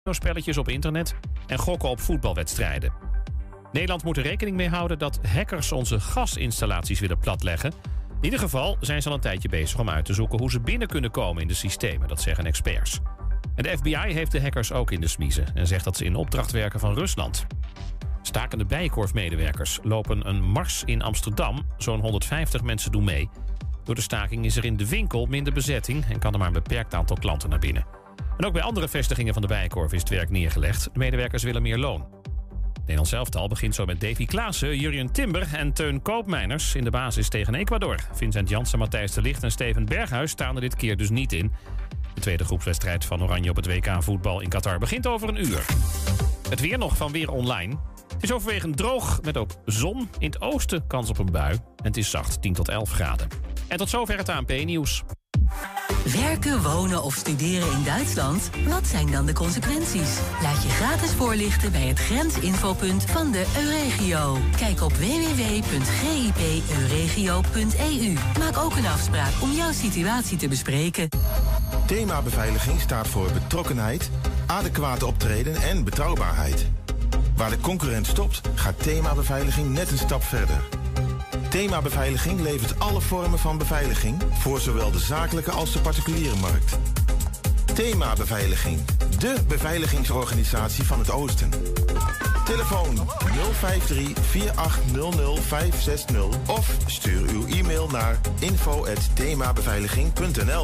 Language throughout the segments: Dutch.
spelletjes op internet en gokken op voetbalwedstrijden. Nederland moet er rekening mee houden dat hackers onze gasinstallaties willen platleggen. In ieder geval zijn ze al een tijdje bezig om uit te zoeken hoe ze binnen kunnen komen in de systemen, dat zeggen experts. En de FBI heeft de hackers ook in de smiezen en zegt dat ze in opdracht werken van Rusland. Stakende Bijenkorf-medewerkers lopen een mars in Amsterdam. Zo'n 150 mensen doen mee. Door de staking is er in de winkel minder bezetting en kan er maar een beperkt aantal klanten naar binnen. En ook bij andere vestigingen van de Bijenkorf is het werk neergelegd. De medewerkers willen meer loon. Het Nederlands elftal begint zo met Davy Klaassen, Jurjen Timber en Teun Koopmeiners in de basis tegen Ecuador. Vincent Janssen, Matthijs de Ligt en Steven Berghuis staan er dit keer dus niet in. De tweede groepswedstrijd van Oranje op het WK voetbal in Qatar begint over een uur. Het weer nog van Weer Online. Het is overwegend droog met ook zon. In het oosten kans op een bui. En het is zacht, 10 tot 11 graden. En tot zover het ANP-nieuws. Werken, wonen of studeren in Duitsland? Wat zijn dan de consequenties? Laat je gratis voorlichten bij het grensinfopunt van de Euregio. Kijk op www.gipeuregio.eu. Maak ook een afspraak om jouw situatie te bespreken. Thema beveiliging staat voor betrokkenheid, adequate optreden en betrouwbaarheid. Waar de concurrent stopt, gaat Thema Beveiliging net een stap verder. Thema Beveiliging levert alle vormen van beveiliging voor zowel de zakelijke als de particuliere markt. Thema Beveiliging, de beveiligingsorganisatie van het Oosten. Telefoon 053-4800-560 of stuur uw e-mail naar info@themabeveiliging.nl.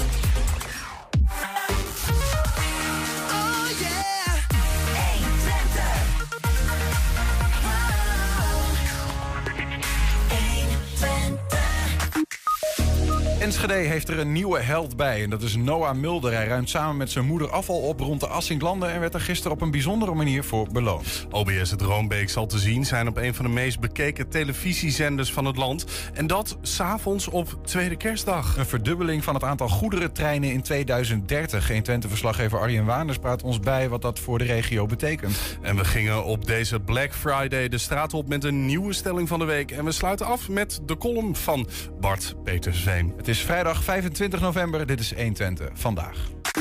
Enschede heeft er een nieuwe held bij en dat is Noah Mulder. Hij ruimt samen met zijn moeder afval op rond de Assinglanden en werd er gisteren op een bijzondere manier voor beloond. OBS het Roombeek zal te zien zijn op een van de meest bekeken televisiezenders van het land. En dat 's avonds op tweede kerstdag. Een verdubbeling van het aantal goederentreinen in 2030. 120-verslaggever Arjen Waanders praat ons bij wat dat voor de regio betekent. En we gingen op deze Black Friday de straat op met een nieuwe stelling van de week. En we sluiten af met de column van Bart Petersveen. Het is vrijdag 25 november. Dit is 120 vandaag.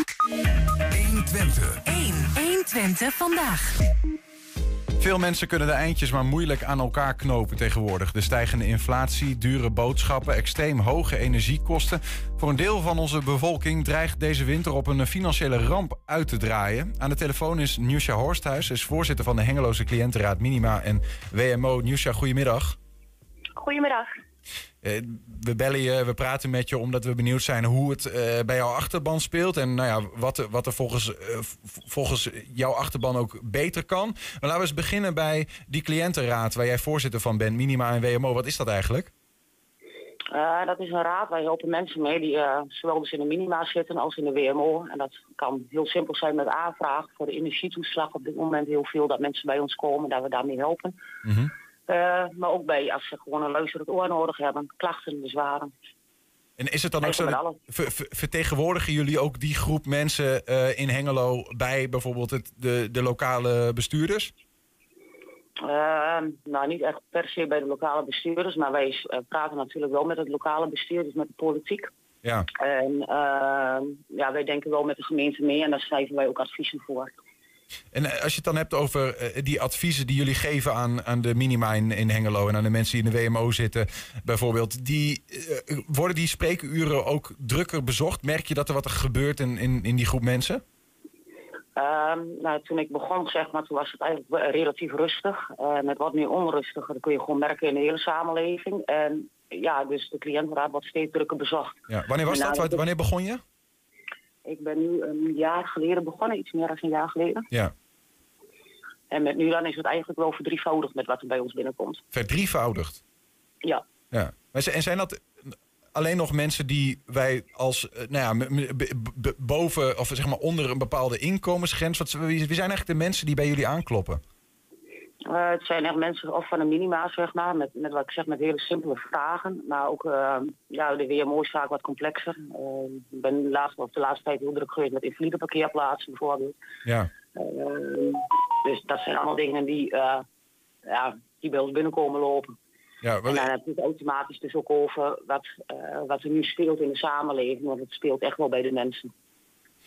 120. 120 vandaag. Veel mensen kunnen de eindjes maar moeilijk aan elkaar knopen tegenwoordig. De stijgende inflatie, dure boodschappen, extreem hoge energiekosten. Voor een deel van onze bevolking dreigt deze winter op een financiële ramp uit te draaien. Aan de telefoon is Njoesja Horsthuis, is voorzitter van de Hengeloze Cliëntenraad Minima en WMO. Njoesja, goedemiddag. Goedemiddag. We bellen je, we praten met je omdat we benieuwd zijn hoe het bij jouw achterban speelt. En nou ja, wat er volgens jouw achterban ook beter kan. Maar laten we eens beginnen bij die cliëntenraad waar jij voorzitter van bent, Minima en WMO. Wat is dat eigenlijk? Dat is een raad, wij helpen mensen mee die zowel dus in de minima zitten als in de WMO. En dat kan heel simpel zijn met aanvraag voor de energietoeslag. Op dit moment heel veel dat mensen bij ons komen, dat we daarmee helpen. Mm-hmm. Maar ook bij als ze gewoon een luisterend oor nodig hebben, klachten, bezwaren. En is het dan ook zo, vertegenwoordigen jullie ook die groep mensen in Hengelo bij bijvoorbeeld de lokale bestuurders? Nou, niet echt per se bij de lokale bestuurders, maar wij praten natuurlijk wel met het lokale bestuur, dus met de politiek. Ja. En wij denken wel met de gemeente mee en daar schrijven wij ook adviezen voor. En als je het dan hebt over die adviezen die jullie geven aan de minima in Hengelo en aan de mensen die in de WMO zitten bijvoorbeeld, worden die spreekuren ook drukker bezocht? Merk je dat er wat gebeurt in die groep mensen? Toen ik begon, zeg maar, toen was het eigenlijk relatief rustig. Met wat meer onrustiger, dat kun je gewoon merken in de hele samenleving. En ja, dus de cliëntenraad wordt steeds drukker bezocht. Ja, wanneer was dat? Wanneer begon je? Ik ben nu een jaar geleden begonnen, iets meer dan een jaar geleden. Ja. En met nu dan is het eigenlijk wel verdrievoudigd met wat er bij ons binnenkomt. Verdrievoudigd? Ja. Ja. En zijn dat alleen nog mensen die wij als boven of zeg maar onder een bepaalde inkomensgrens, wie zijn eigenlijk de mensen die bij jullie aankloppen? Het zijn echt mensen of van de minima, zeg maar, met wat ik zeg, met hele simpele vragen. Maar ook de WMO is vaak wat complexer. Ik ben de laatste tijd heel druk geweest met invalide parkeerplaatsen bijvoorbeeld. Ja. Dus dat zijn allemaal dingen die bij ons binnenkomen lopen. Ja, en dan heb je het automatisch dus ook over wat er nu speelt in de samenleving. Want het speelt echt wel bij de mensen.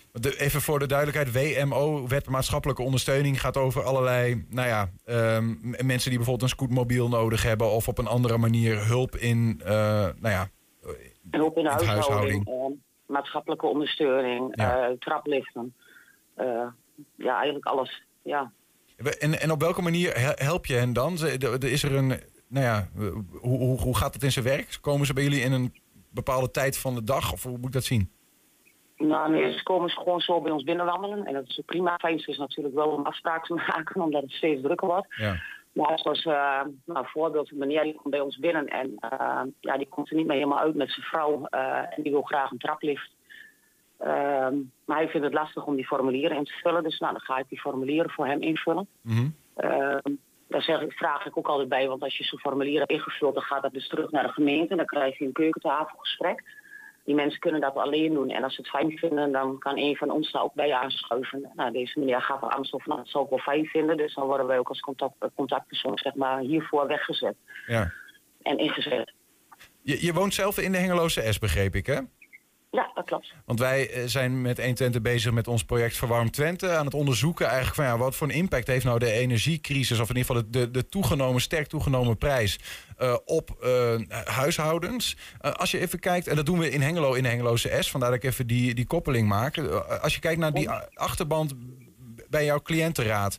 Even voor de duidelijkheid, WMO, Wet Maatschappelijke Ondersteuning, gaat over allerlei mensen die bijvoorbeeld een scootmobiel nodig hebben of op een andere manier hulp in, hulp in de huishouding. Maatschappelijke ondersteuning, trapliften. Eigenlijk alles, ja. En op welke manier help je hen dan? Is er een, hoe gaat het in zijn werk? Komen ze bij jullie in een bepaalde tijd van de dag of hoe moet ik dat zien? Nou, nee, ze komen gewoon zo bij ons binnenwandelen. En dat is ook prima. Het fijnste is natuurlijk wel om afspraken te maken, omdat het steeds drukker wordt. Ja. Maar zoals voorbeeld, een meneer die komt bij ons binnen en die komt er niet meer helemaal uit met zijn vrouw. En die wil graag een traplift. Maar hij vindt het lastig om die formulieren in te vullen. Dus dan ga ik die formulieren voor hem invullen. Mm-hmm. Daar vraag ik ook altijd bij, want als je zo'n formulier hebt ingevuld, dan gaat dat dus terug naar de gemeente. Dan krijg je een keukentafelgesprek. Die mensen kunnen dat alleen doen. En als ze het fijn vinden, dan kan een van ons daar ook bij aanschuiven. Nou, deze meneer gaat er anders of dat zal ik wel fijn vinden. Dus dan worden wij ook als contactpersoon hiervoor weggezet. Ja. En ingezet. Je woont zelf in de Hengeloze S, begreep ik, hè? Ja, dat klopt. Want wij zijn met 1 Twente bezig met ons project Verwarm Twente. Aan het onderzoeken eigenlijk van wat voor een impact heeft nou de energiecrisis, of in ieder geval de sterk toegenomen prijs op huishoudens. Als je even kijkt, en dat doen we in Hengelo in de Hengeloze S, vandaar dat ik even die koppeling maak. Als je kijkt naar die achterband bij jouw cliëntenraad.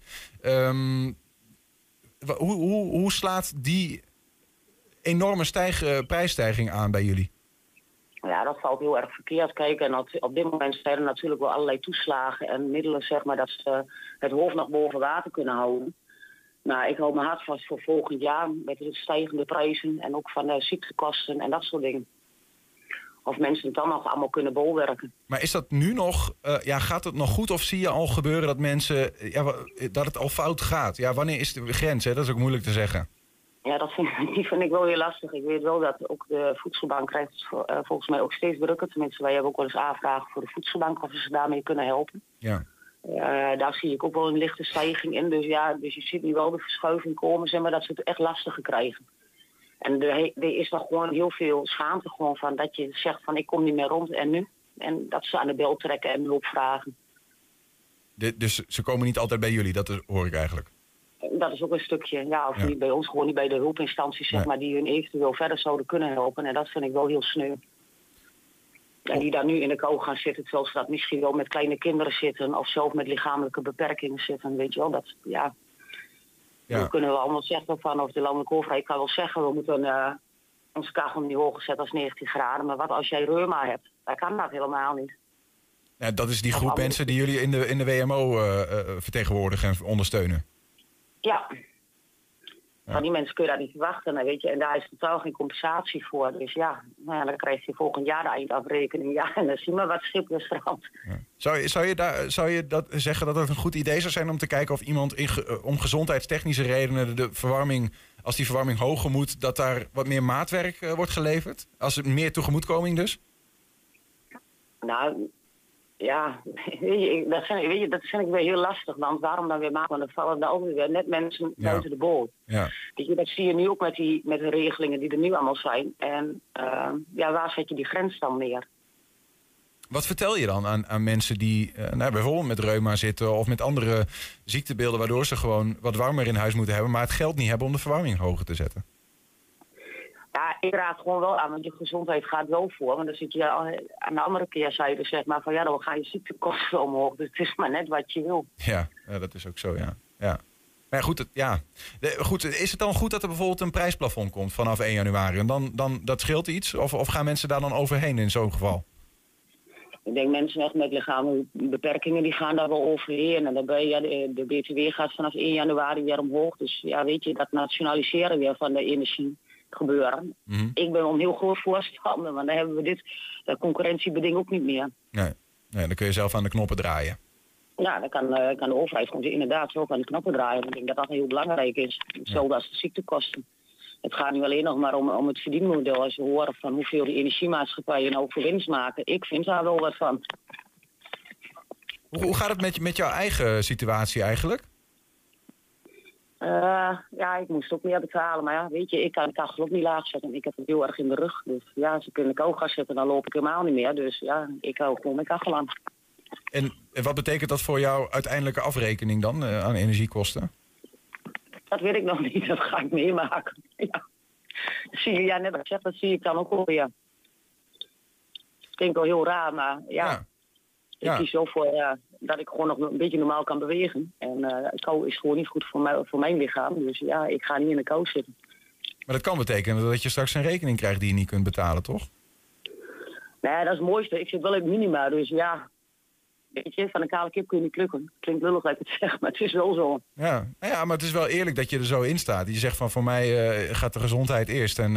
Hoe slaat die enorme prijsstijging aan bij jullie? Ja, dat valt heel erg verkeerd. Kijk, en op dit moment zijn er natuurlijk wel allerlei toeslagen en middelen, dat ze het hoofd nog boven water kunnen houden. Nou, ik hou mijn hart vast voor volgend jaar met de stijgende prijzen en ook van de ziektekosten en dat soort dingen. Of mensen het dan nog allemaal kunnen bolwerken. Maar is dat nu nog, gaat het nog goed of zie je al gebeuren dat mensen, dat het al fout gaat? Ja, wanneer is de grens? Hè? Dat is ook moeilijk te zeggen. Ja, die vind ik wel heel lastig. Ik weet wel dat ook de voedselbank krijgt volgens mij ook steeds drukker. Tenminste, wij hebben ook wel eens aanvragen voor de voedselbank of ze daarmee kunnen helpen. Ja. Daar zie ik ook wel een lichte stijging in. Dus je ziet nu wel de verschuiving komen, dat ze het echt lastiger krijgen. En er is nog gewoon heel veel schaamte gewoon van dat je zegt van ik kom niet meer rond en nu. En dat ze aan de bel trekken en hulp vragen. Dus ze komen niet altijd bij jullie, dat hoor ik eigenlijk. Dat is ook een stukje, niet bij ons, gewoon niet bij de hulpinstanties, die hun eventueel verder zouden kunnen helpen. En dat vind ik wel heel sneu. En die daar nu in de kou gaan zitten, terwijl ze dat misschien wel met kleine kinderen zitten of zelf met lichamelijke beperkingen zitten, weet je wel. Dan kunnen we allemaal zeggen of de landelijke overheid kan wel zeggen, we moeten onze kachel niet hoger zetten als 19 graden. Maar wat als jij reuma hebt? Dan kan dat helemaal niet. Ja, dat is die groep mensen die jullie in de WMO vertegenwoordigen en ondersteunen. Ja. Van die mensen kun je dat niet verwachten, weet je. En daar is totaal geen compensatie voor. Dus dan krijg je volgend jaar de eindafrekening. Ja, en dan zien we wat schip is strand. Ja. Zou je dat zeggen dat het een goed idee zou zijn om te kijken of iemand om gezondheidstechnische redenen de verwarming, als die verwarming hoger moet, dat daar wat meer maatwerk wordt geleverd? Als er meer tegemoetkoming dus? Nou, ja, dat vind ik weer heel lastig. Want waarom dan weer maken? Want dan vallen er ook weer net mensen buiten de boot. Ja. Dat zie je nu ook met de regelingen die er nu allemaal zijn. En waar zet je die grens dan neer? Wat vertel je dan aan mensen die bijvoorbeeld met reuma zitten of met andere ziektebeelden, waardoor ze gewoon wat warmer in huis moeten hebben, maar het geld niet hebben om de verwarming hoger te zetten? Ja, ik raad gewoon wel aan, want je gezondheid gaat wel voor. Want dan zit je aan de andere keerzijde dan gaan je ziektekosten omhoog. Dus het is maar net wat je wil. Ja, dat is ook zo, ja. Maar goed, is het dan goed dat er bijvoorbeeld een prijsplafond komt vanaf 1 januari? En dan dat scheelt iets? Of gaan mensen daar dan overheen in zo'n geval? Ik denk mensen echt met lichamelijke beperkingen, die gaan daar wel overheen. En daarbij, de BTW gaat vanaf 1 januari weer omhoog. Dus weet je, dat nationaliseren weer van de energie gebeuren. Mm-hmm. Ik ben wel een heel groot voorstander, want dan hebben we dat concurrentiebeding ook niet meer. Nee, dan kun je zelf aan de knoppen draaien. Ja, dan kan de overheid gewoon inderdaad zelf aan de knoppen draaien. Ik denk dat dat heel belangrijk is. Hetzelfde als de ziektekosten. Het gaat nu alleen nog maar om het verdienmodel. Als je hoort van hoeveel de energiemaatschappijen nou voor winst maken. Ik vind daar wel wat van. Hoe gaat het met jouw eigen situatie eigenlijk? Ik moest ook meer betalen. Maar weet je, ik kan de kachel ook niet laag zetten. Ik heb het heel erg in de rug. Dus ze kunnen de kou gaan zetten, dan loop ik helemaal niet meer. Dus ik hou gewoon mijn kachel aan. En wat betekent dat voor jouw uiteindelijke afrekening dan aan energiekosten? Dat weet ik nog niet, dat ga ik meemaken. Ja. Zie je, net als ik zeg, dat zie ik dan ook alweer. Het klinkt wel heel raar, maar ja. Ik kies zo voor dat ik gewoon nog een beetje normaal kan bewegen. En kou is gewoon niet goed voor mijn lichaam. Dus ja, ik ga niet in de kou zitten. Maar dat kan betekenen dat je straks een rekening krijgt die je niet kunt betalen, toch? Nee, dat is het mooiste. Ik zit wel in het minima, dus ja. Weet je, van een kale kip kun je niet klukken. Klinkt lullig dat ik het zeg, maar het is wel zo. Ja, maar het is wel eerlijk dat je er zo in staat. Je zegt van voor mij gaat de gezondheid eerst. En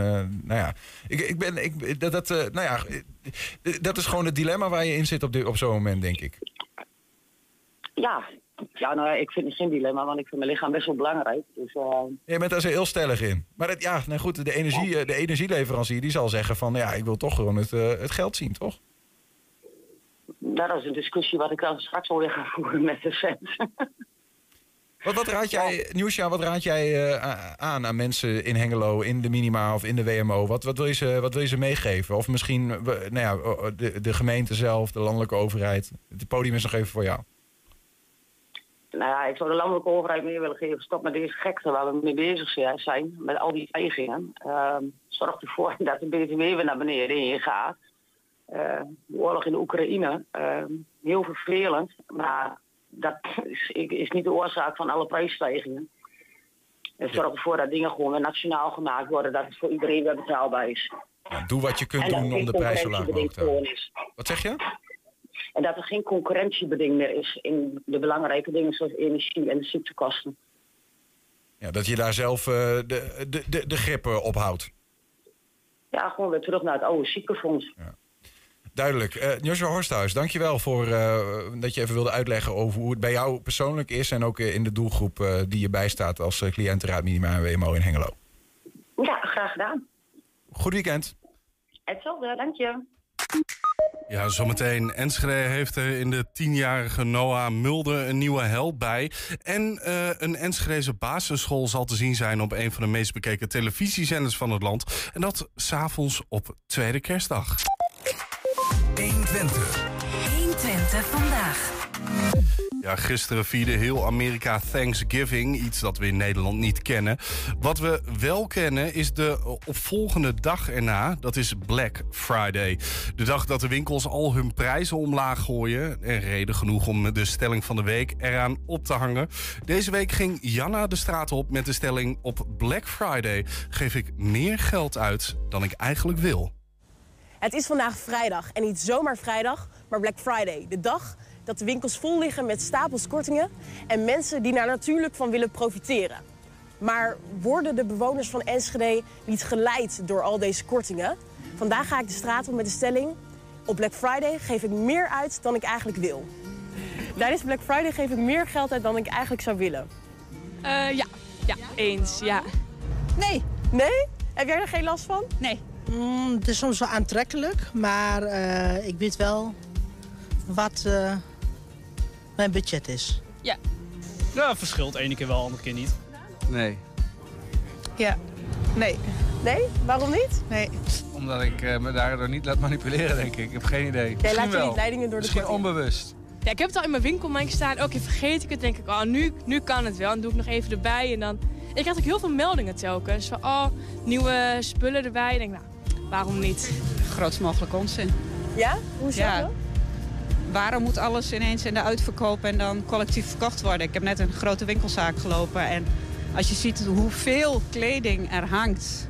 dat is gewoon het dilemma waar je in zit op zo'n moment, denk ik. Ja, nou, ik vind het geen dilemma, want ik vind mijn lichaam best wel belangrijk. Dus, Je bent daar zo heel stellig in. Maar de energieleverancier die zal zeggen van ja, ik wil toch gewoon het geld zien, toch? Dat is een discussie wat ik dan straks alweer ga voeren met de fans. Wat raad jij, Nieuwsja, aan mensen in Hengelo, in de minima of in de WMO? Wat wil je ze meegeven? Of misschien de gemeente zelf, de landelijke overheid. Het podium is nog even voor jou. Nou ja, ik zou de landelijke overheid meer willen geven. Stop met deze gekte waar we mee bezig zijn. Met al die stijgingen. Zorg ervoor dat de BTW weer naar beneden gaat. De oorlog in de Oekraïne. Heel vervelend. Maar dat is niet de oorzaak van alle prijsstijgingen. En zorg ervoor dat dingen gewoon weer nationaal gemaakt worden. Dat het voor iedereen weer betaalbaar is. Ja, doe wat je kunt doen om de prijs zo laag mogelijk te houden. Wat zeg je? En dat er geen concurrentiebeding meer is in de belangrijke dingen zoals energie en de ziektekosten. Ja, dat je daar zelf de grip op houdt. Ja, gewoon weer terug naar het oude ziekenfonds. Ja. Duidelijk. Joshua Horsthuis, dankjewel voor dat je even wilde uitleggen over hoe het bij jou persoonlijk is en ook in de doelgroep die je bijstaat als cliëntenraad Minima en WMO in Hengelo. Ja, graag gedaan. Goed weekend. Hetzelfde, dank je. Ja, zometeen. Enschede heeft er in de 10-jarige Noah Mulder een nieuwe held bij. En een Enschedese basisschool zal te zien zijn op een van de meest bekeken televisiezenders van het land. En dat 's avonds op tweede kerstdag. 120. 120 vandaag. Ja, gisteren vierde heel Amerika Thanksgiving, iets dat we in Nederland niet kennen. Wat we wel kennen is de opvolgende dag erna, dat is Black Friday. De dag dat de winkels al hun prijzen omlaag gooien. En reden genoeg om de stelling van de week eraan op te hangen. Deze week ging Janna de straat op met de stelling: op Black Friday geef ik meer geld uit dan ik eigenlijk wil. Het is vandaag vrijdag en niet zomaar vrijdag, maar Black Friday. De dag dat de winkels vol liggen met stapels kortingen en mensen die daar natuurlijk van willen profiteren. Maar worden de bewoners van Enschede niet geleid door al deze kortingen? Vandaag ga ik de straat op met de stelling: op Black Friday geef ik meer uit dan ik eigenlijk wil. Tijdens Black Friday geef ik meer geld uit dan ik eigenlijk zou willen. Ja, eens, ja. Nee? Nee? Heb jij er geen last van? Nee. Het is soms wel aantrekkelijk, maar ik weet wel wat mijn budget is. Ja. Ja, het verschilt. Ene keer wel, andere keer niet. Nee. Ja. Nee. Nee? Waarom niet? Nee. Omdat ik me daardoor niet laat manipuleren, denk ik. Ik heb geen idee. Jij laat je niet leidingen door de Misschien onbewust. Ja, ik heb het al in mijn winkelmandje staan. Elke keer vergeet ik het. Denk ik, nu kan het wel. Dan doe ik nog even erbij. En dan... Ik krijg ook heel veel meldingen telkens. Van, nieuwe spullen erbij. Ik denk, nou, waarom niet? Grootst mogelijke onzin. Ja? Hoe is dat? Waarom moet alles ineens in de uitverkoop en dan collectief verkocht worden? Ik heb net een grote winkelzaak gelopen en als je ziet hoeveel kleding er hangt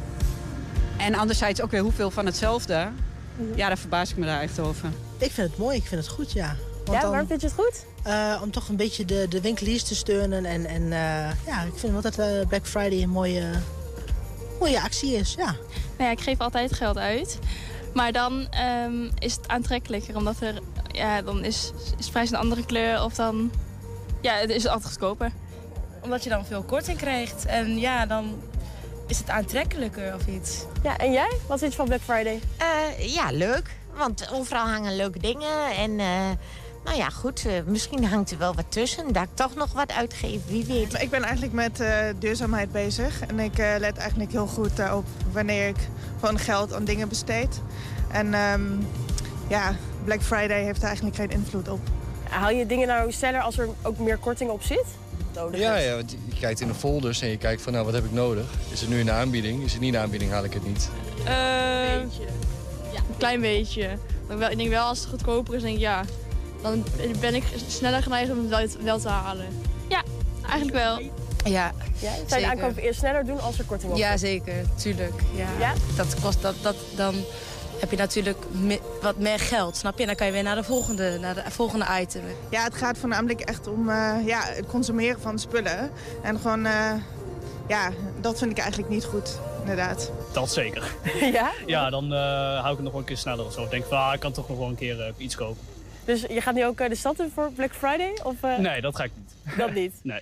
en anderzijds ook weer hoeveel van hetzelfde, ja, daar verbaas ik me daar echt over. Ik vind het mooi, ik vind het goed, ja. Want waarom vind je het goed? Om toch een beetje de winkeliers te steunen en ja, ik vind wel dat Black Friday een mooie actie is, ja. Nou ja, ik geef altijd geld uit. Maar dan is het aantrekkelijker, omdat dan is de prijs een andere kleur of dan het is altijd goedkoper. Omdat je dan veel korting krijgt en ja, dan is het aantrekkelijker of iets. Ja, en jij? Wat vind je van Black Friday? Ja, leuk. Want overal hangen leuke dingen en nou ja, goed, misschien hangt er wel wat tussen. Dat ik toch nog wat uitgeef, wie weet. Ik ben eigenlijk met duurzaamheid bezig. En ik let eigenlijk heel goed op wanneer ik gewoon geld aan dingen besteed. En Black Friday heeft er eigenlijk geen invloed op. Haal je dingen nou sneller als er ook meer korting op zit? Ja, want je kijkt in de folders en je kijkt van, nou, wat heb ik nodig? Is het nu in de aanbieding? Is het niet in de aanbieding, haal ik het niet. Beetje. Ja, een klein beetje. Ik denk wel, als het goedkoper is, denk ik ja. Dan ben ik sneller geneigd om het wel te halen. Ja, eigenlijk wel. Ja, Zou je de aankoop eerst sneller doen als er korting op zit? Ja, zeker. Tuurlijk. Ja? Dat kost dan heb je natuurlijk wat meer geld, snap je? En dan kan je weer naar de volgende item. Ja, het gaat voornamelijk echt om het consumeren van spullen. En gewoon, dat vind ik eigenlijk niet goed, inderdaad. Dat zeker. Ja? Ja, dan hou ik het nog wel een keer sneller of zo. Ik denk van, ik kan toch nog wel een keer iets kopen. Dus je gaat nu ook de stad in voor Black Friday? Of, Nee, dat ga ik niet. Dat niet? Nee.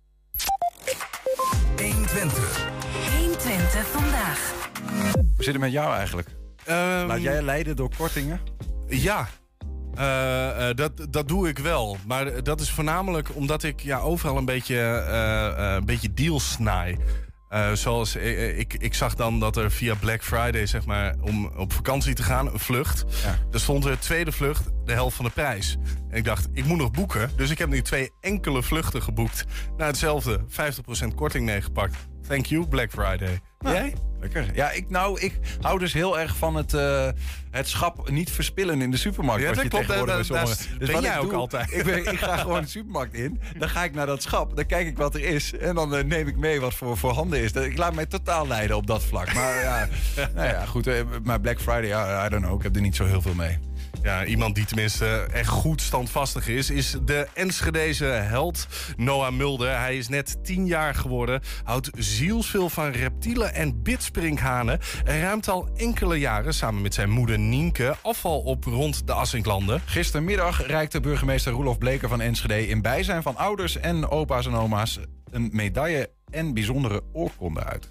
120. 120 vandaag. Hoe zit het met jou eigenlijk? Laat jij leiden door kortingen? Ja, dat doe ik wel. Maar dat is voornamelijk omdat ik overal een beetje deals snaai. Zoals ik zag dan dat er via Black Friday, zeg maar, om op vakantie te gaan, een vlucht. Ja. Er stond er tweede vlucht, de helft van de prijs. En ik dacht, ik moet nog boeken. Dus ik heb nu 2 enkele vluchten geboekt. Naar hetzelfde, 50% korting meegepakt. Thank you, Black Friday. Jij? Lekker. Ja, ik hou dus heel erg van het schap niet verspillen in de supermarkt. Ja, wat dat je klopt. Tegenwoordig Dus ben jij ook altijd. Ik ga gewoon de supermarkt in. Dan ga ik naar dat schap. Dan kijk ik wat er is. En dan neem ik mee wat voor handen is. Ik laat mij totaal leiden op dat vlak. Maar goed. Maar Black Friday, I don't know. Ik heb er niet zo heel veel mee. Ja, iemand die tenminste echt goed standvastig is de Enschedese held Noah Mulder. Hij is net 10 jaar geworden, houdt zielsveel van reptielen en bidspringhanen en ruimt al enkele jaren samen met zijn moeder Nienke afval op rond de Assinklanden. Gistermiddag reikte burgemeester Roelof Bleker van Enschede in bijzijn van ouders en opa's en oma's een medaille en bijzondere oorkonde uit.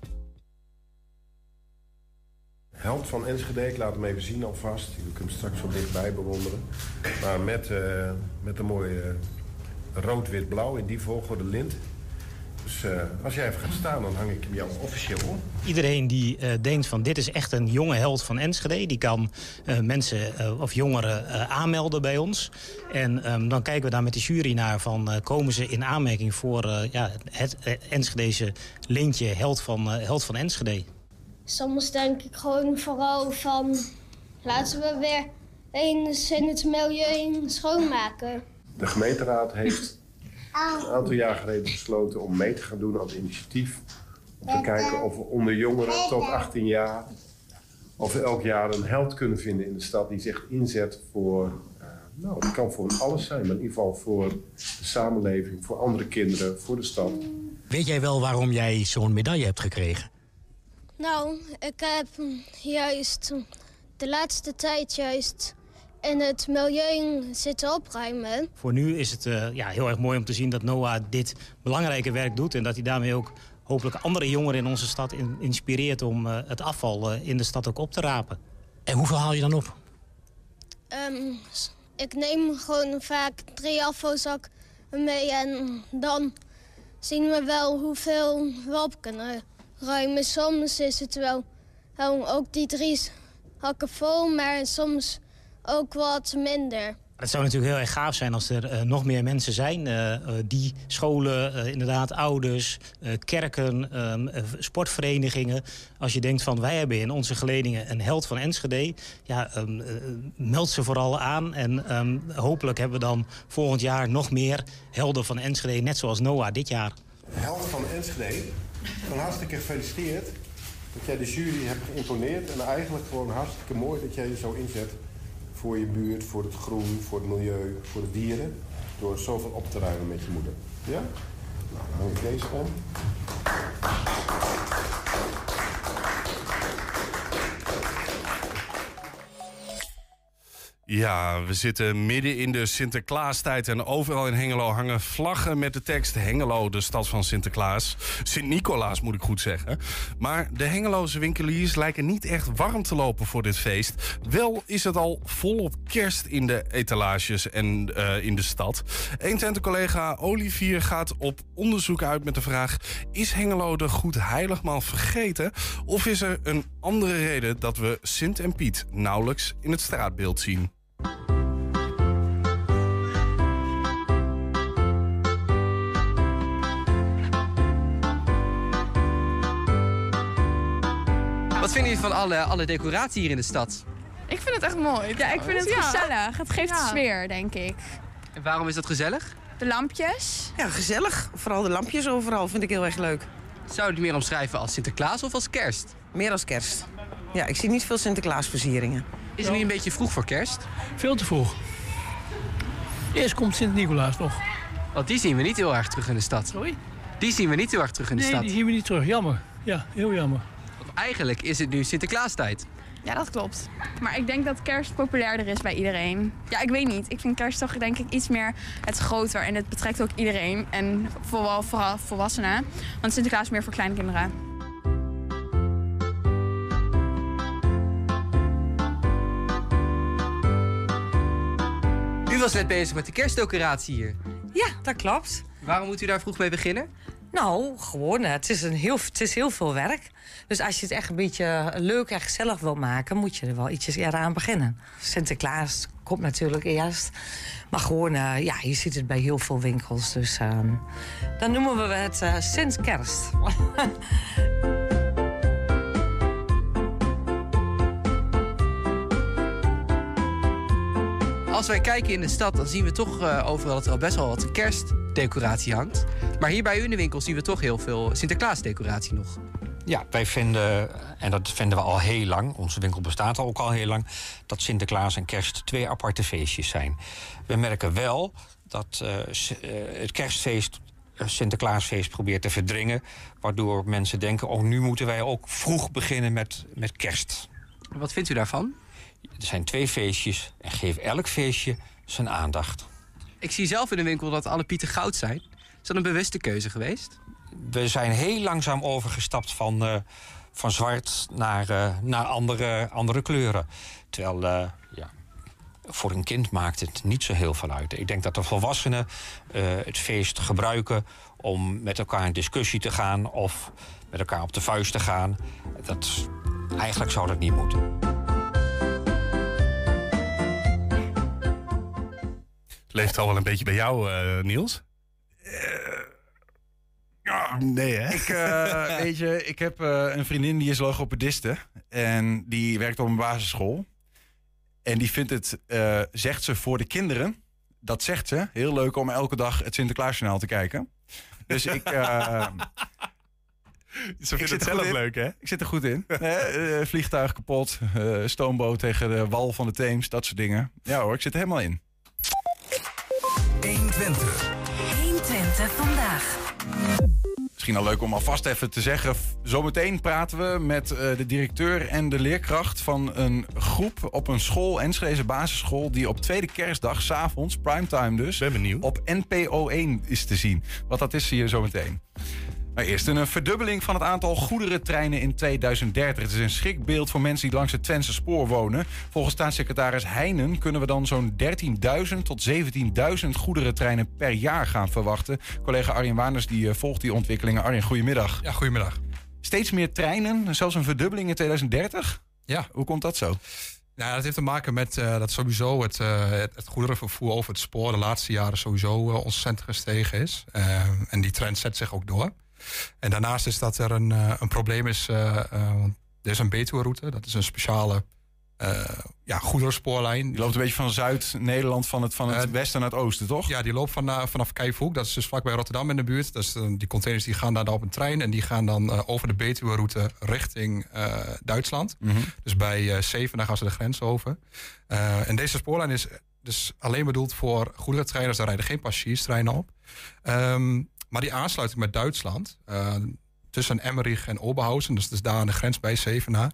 Held van Enschede, ik laat hem even zien alvast. Je kunt hem straks van dichtbij bewonderen. Maar met een mooie rood-wit-blauw in die volgorde lint. Dus als jij even gaat staan, dan hang ik hem jou officieel om. Iedereen die denkt van dit is echt een jonge held van Enschede, die kan mensen of jongeren aanmelden bij ons. En dan kijken we daar met de jury naar van komen ze in aanmerking voor het Enschedese lintje held van Enschede. Soms denk ik gewoon vooral van laten we weer eens in het milieu schoonmaken. De gemeenteraad heeft een aantal jaar geleden besloten om mee te gaan doen aan het initiatief. Om te kijken of we onder jongeren tot 18 jaar of we elk jaar een held kunnen vinden in de stad die zich inzet voor, het kan voor alles zijn, maar in ieder geval voor de samenleving, voor andere kinderen, voor de stad. Weet jij wel waarom jij zo'n medaille hebt gekregen? Nou, ik heb juist de laatste tijd in het milieu zitten opruimen. Voor nu is het heel erg mooi om te zien dat Noah dit belangrijke werk doet en dat hij daarmee ook hopelijk andere jongeren in onze stad inspireert om het afval in de stad ook op te rapen. En hoeveel haal je dan op? Ik neem gewoon vaak 3 afvalzakken mee en dan zien we wel hoeveel we op kunnen ruimen. Soms is het wel ook die 3 hakken vol, maar soms ook wat minder. Het zou natuurlijk heel erg gaaf zijn als er nog meer mensen zijn die scholen, inderdaad ouders, kerken, sportverenigingen. Als je denkt van wij hebben in onze geledingen een held van Enschede, meld ze vooral aan. En hopelijk hebben we dan volgend jaar nog meer helden van Enschede, net zoals Noah dit jaar. Held van Enschede, van hartstikke gefeliciteerd dat jij de jury hebt geïmponeerd. En eigenlijk gewoon hartstikke mooi dat jij je zo inzet voor je buurt, voor het groen, voor het milieu, voor de dieren. Door zoveel op te ruimen met je moeder. Ja? Nou, dan hang ik deze om. Ja, we zitten midden in de Sinterklaastijd en overal in Hengelo hangen vlaggen met de tekst Hengelo, de stad van Sinterklaas. Sint-Nicolaas moet ik goed zeggen. Maar de Hengeloze winkeliers lijken niet echt warm te lopen voor dit feest. Wel is het al volop kerst in de etalages en in de stad. 120-collega Olivier gaat op onderzoek uit met de vraag: is Hengelo de Goed Heiligmaal vergeten? Of is er een andere reden dat we Sint en Piet nauwelijks in het straatbeeld zien? Wat vinden jullie van alle decoratie hier in de stad? Ik vind het echt mooi. Ja, ik vind het gezellig. Het geeft sfeer, denk ik. En waarom is dat gezellig? De lampjes. Ja, gezellig. Vooral de lampjes overal vind ik heel erg leuk. Zou je het meer omschrijven als Sinterklaas of als kerst? Meer als kerst. Ja, ik zie niet veel Sinterklaasversieringen. Is het niet een beetje vroeg voor kerst? Veel te vroeg. Eerst komt Sint-Nicolaas nog. Want die zien we niet heel erg terug in de stad. Sorry? Die zien we niet heel erg terug in de stad. Nee, die zien we niet terug. Jammer. Ja, heel jammer. Want eigenlijk is het nu Sinterklaastijd. Ja, dat klopt. Maar ik denk dat kerst populairder is bij iedereen. Ja, ik weet niet. Ik vind kerst toch denk ik iets meer het groter. En het betrekt ook iedereen. En vooral volwassenen. Want Sinterklaas is meer voor kleine kinderen. U was net bezig met de kerstdecoratie hier. Ja, dat klopt. Waarom moet u daar vroeg mee beginnen? Nou, gewoon, het is heel veel werk. Dus als je het echt een beetje leuk en gezellig wil maken, moet je er wel ietsjes eerder aan beginnen. Sinterklaas komt natuurlijk eerst. Maar gewoon, je ziet het bij heel veel winkels. Dus dan noemen we het Sint-Kerst. Als wij kijken in de stad, dan zien we toch overal dat er al best wel wat kerstdecoratie hangt. Maar hier bij u in de winkel zien we toch heel veel Sinterklaasdecoratie nog. Ja, wij vinden, en dat vinden we al heel lang, onze winkel bestaat ook al heel lang, dat Sinterklaas en kerst 2 aparte feestjes zijn. We merken wel dat het kerstfeest Sinterklaasfeest probeert te verdringen, waardoor mensen denken, nu moeten wij ook vroeg beginnen met kerst. Wat vindt u daarvan? Er zijn 2 feestjes en geef elk feestje zijn aandacht. Ik zie zelf in de winkel dat alle pieten goud zijn. Is dat een bewuste keuze geweest? We zijn heel langzaam overgestapt van zwart naar andere kleuren. Terwijl voor een kind maakt het niet zo heel veel uit. Ik denk dat de volwassenen het feest gebruiken om met elkaar in discussie te gaan of met elkaar op de vuist te gaan. Eigenlijk zou dat niet moeten. Leeft al wel een beetje bij jou, Niels? Nee, hè? Ik heb een vriendin die is logopediste. En die werkt op een basisschool. En die vindt het, zegt ze, voor de kinderen. Dat zegt ze. Heel leuk om elke dag het Sinterklaasjournaal te kijken. Dus ik... Ze vindt het zelf leuk, hè? Ik zit er goed in. Vliegtuig kapot. Stoomboot tegen de wal van de Theems. Dat soort dingen. Ja hoor, ik zit er helemaal in. 120. 120 vandaag. Misschien al leuk om alvast even te zeggen. Zometeen praten we met de directeur en de leerkracht van een groep op een school, Enschedeze basisschool, die op tweede kerstdag, 's avonds, primetime dus, ben benieuwd, op NPO 1 is te zien. Wat dat is, zie je zometeen. Maar eerst een verdubbeling van het aantal goederentreinen in 2030. Het is een schrikbeeld voor mensen die langs het Twentse spoor wonen. Volgens staatssecretaris Heijnen kunnen we dan zo'n 13.000 tot 17.000 goederentreinen per jaar gaan verwachten. Collega Arjen Waanders die volgt die ontwikkelingen. Arjen, goedemiddag. Ja, goedemiddag. Steeds meer treinen, zelfs een verdubbeling in 2030? Ja. Hoe komt dat zo? Nou, dat heeft te maken met dat sowieso het goederenvervoer over het spoor de laatste jaren sowieso ontzettend gestegen is. En die trend zet zich ook door. En daarnaast is dat er een probleem is. Er is een Betuwe-route. Dat is een speciale goederenspoorlijn. Die loopt een beetje van Zuid-Nederland, van het westen naar het oosten, toch? Ja, die loopt vanaf Kijfhoek. Dat is dus vlakbij Rotterdam in de buurt. Dus, die containers die gaan daar op een trein. En die gaan dan over de Betuwe-route richting Duitsland. Mm-hmm. Dus bij Zevenaar gaan ze de grens over. En deze spoorlijn is dus alleen bedoeld voor goederentreinen. Daar rijden geen passagierstreinen op. Maar die aansluiting met Duitsland, tussen Emmerich en Oberhausen, dus daar aan de grens bij Zevenaar,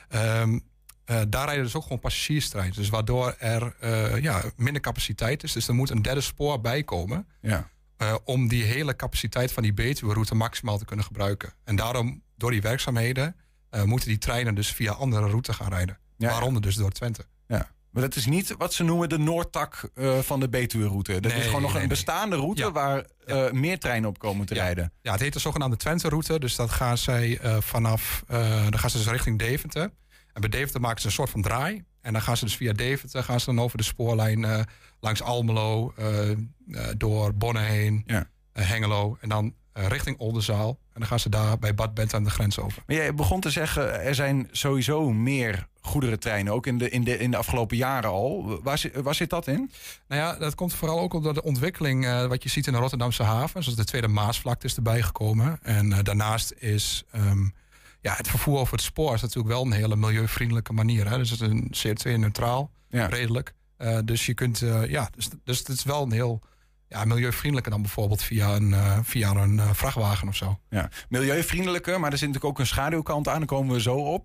daar rijden dus ook gewoon passagierstreinen. Dus waardoor er minder capaciteit is. Dus er moet een derde spoor bij komen om die hele capaciteit van die Betuwe-route maximaal te kunnen gebruiken. En daarom, door die werkzaamheden, moeten die treinen dus via andere routes gaan rijden. Ja, waaronder dus door Twente. Ja. Maar dat is niet wat ze noemen de Noordtak van de Betuwe-route. Dat is gewoon nog een bestaande route waar meer treinen op komen te rijden. Ja, het heet de zogenaamde Twente-route. Dus dat gaan zij dan gaan ze dus richting Deventer. En bij Deventer maken ze een soort van draai. En dan gaan ze dus via Deventer dan over de spoorlijn langs Almelo, door Bonne heen, Hengelo. En dan richting Oldenzaal. En dan gaan ze daar bij Bad Bentheim de grens over. Maar jij begon te zeggen, er zijn sowieso meer goederentreinen, ook in de afgelopen jaren al. Waar zit dat in? Nou ja, dat komt vooral ook door de ontwikkeling wat je ziet in de Rotterdamse haven. Zoals de Tweede Maasvlakte is erbij gekomen. En daarnaast is het vervoer over het spoor is natuurlijk wel een hele milieuvriendelijke manier. Hè? Dus het is een CO2-neutraal, redelijk. Dus je kunt, dus het is wel een heel milieuvriendelijker dan bijvoorbeeld via een vrachtwagen of zo. Ja, milieuvriendelijker, maar er zit natuurlijk ook een schaduwkant aan. Daar komen we zo op.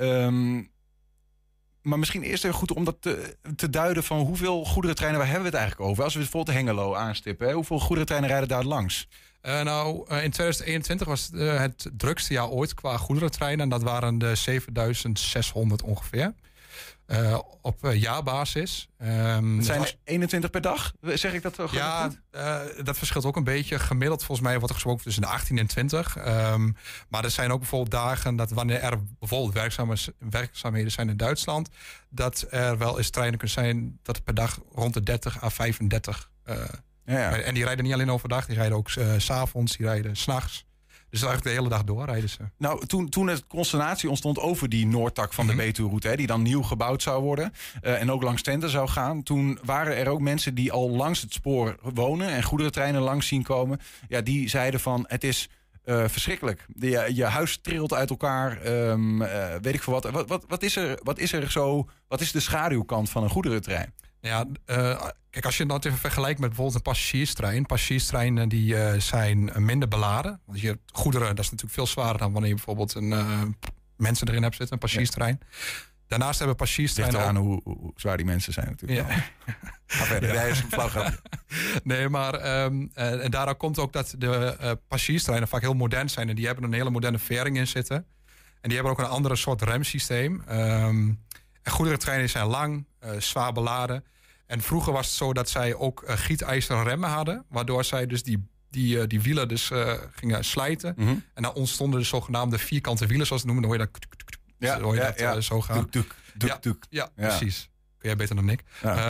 Maar misschien eerst even goed om dat te duiden van hoeveel goederentreinen, waar hebben we het eigenlijk over? Als we bijvoorbeeld Hengelo aanstippen, hoeveel goederentreinen rijden daar langs? In 2021 was het drukste jaar ooit qua goederentreinen. En dat waren de 7600 ongeveer. Op jaarbasis. Het zijn er 21 per dag? Zeg ik dat goed? Ja, dat verschilt ook een beetje. Gemiddeld volgens mij wordt er gesproken tussen de 18 en 20. Maar er zijn ook bijvoorbeeld dagen dat wanneer er bijvoorbeeld werkzaamheden zijn in Duitsland, dat er wel eens treinen kunnen zijn dat per dag rond de 30 à 35. En die rijden niet alleen overdag, die rijden ook 's avonds, die rijden 's nachts. Dus eigenlijk de hele dag door rijden ze. Nou, toen er consternatie ontstond over die Noordtak van de Betuweroute, die dan nieuw gebouwd zou worden en ook langs Twente zou gaan, toen waren er ook mensen die al langs het spoor wonen en goederentreinen langs zien komen. Ja, die zeiden van het is verschrikkelijk. Je huis trilt uit elkaar, weet ik veel wat. Wat is de schaduwkant van een goederentrein? Ja, kijk, als je dat even vergelijkt met bijvoorbeeld een passagierstrein. Passagierstreinen die zijn minder beladen. Want je goederen, dat is natuurlijk veel zwaarder dan wanneer je bijvoorbeeld mensen erin hebt zitten, een passagierstrein. Daarnaast hebben passagierstreinen ligt eraan hoe zwaar die mensen zijn natuurlijk. Ja. Ga verder, jij is een flauw grapje. Nee, maar en daardoor komt ook dat de passagierstreinen vaak heel modern zijn. En die hebben een hele moderne vering in zitten. En die hebben ook een andere soort remsysteem. En goederentreinen zijn lang, zwaar beladen. En vroeger was het zo dat zij ook gietijzeren remmen hadden. Waardoor zij dus die wielen dus gingen slijten. Mm-hmm. En dan ontstonden de zogenaamde vierkante wielen, zoals ze noemen. Dan hoor je dat zo gaan. Ja, precies. Kun jij beter dan ik. Ja.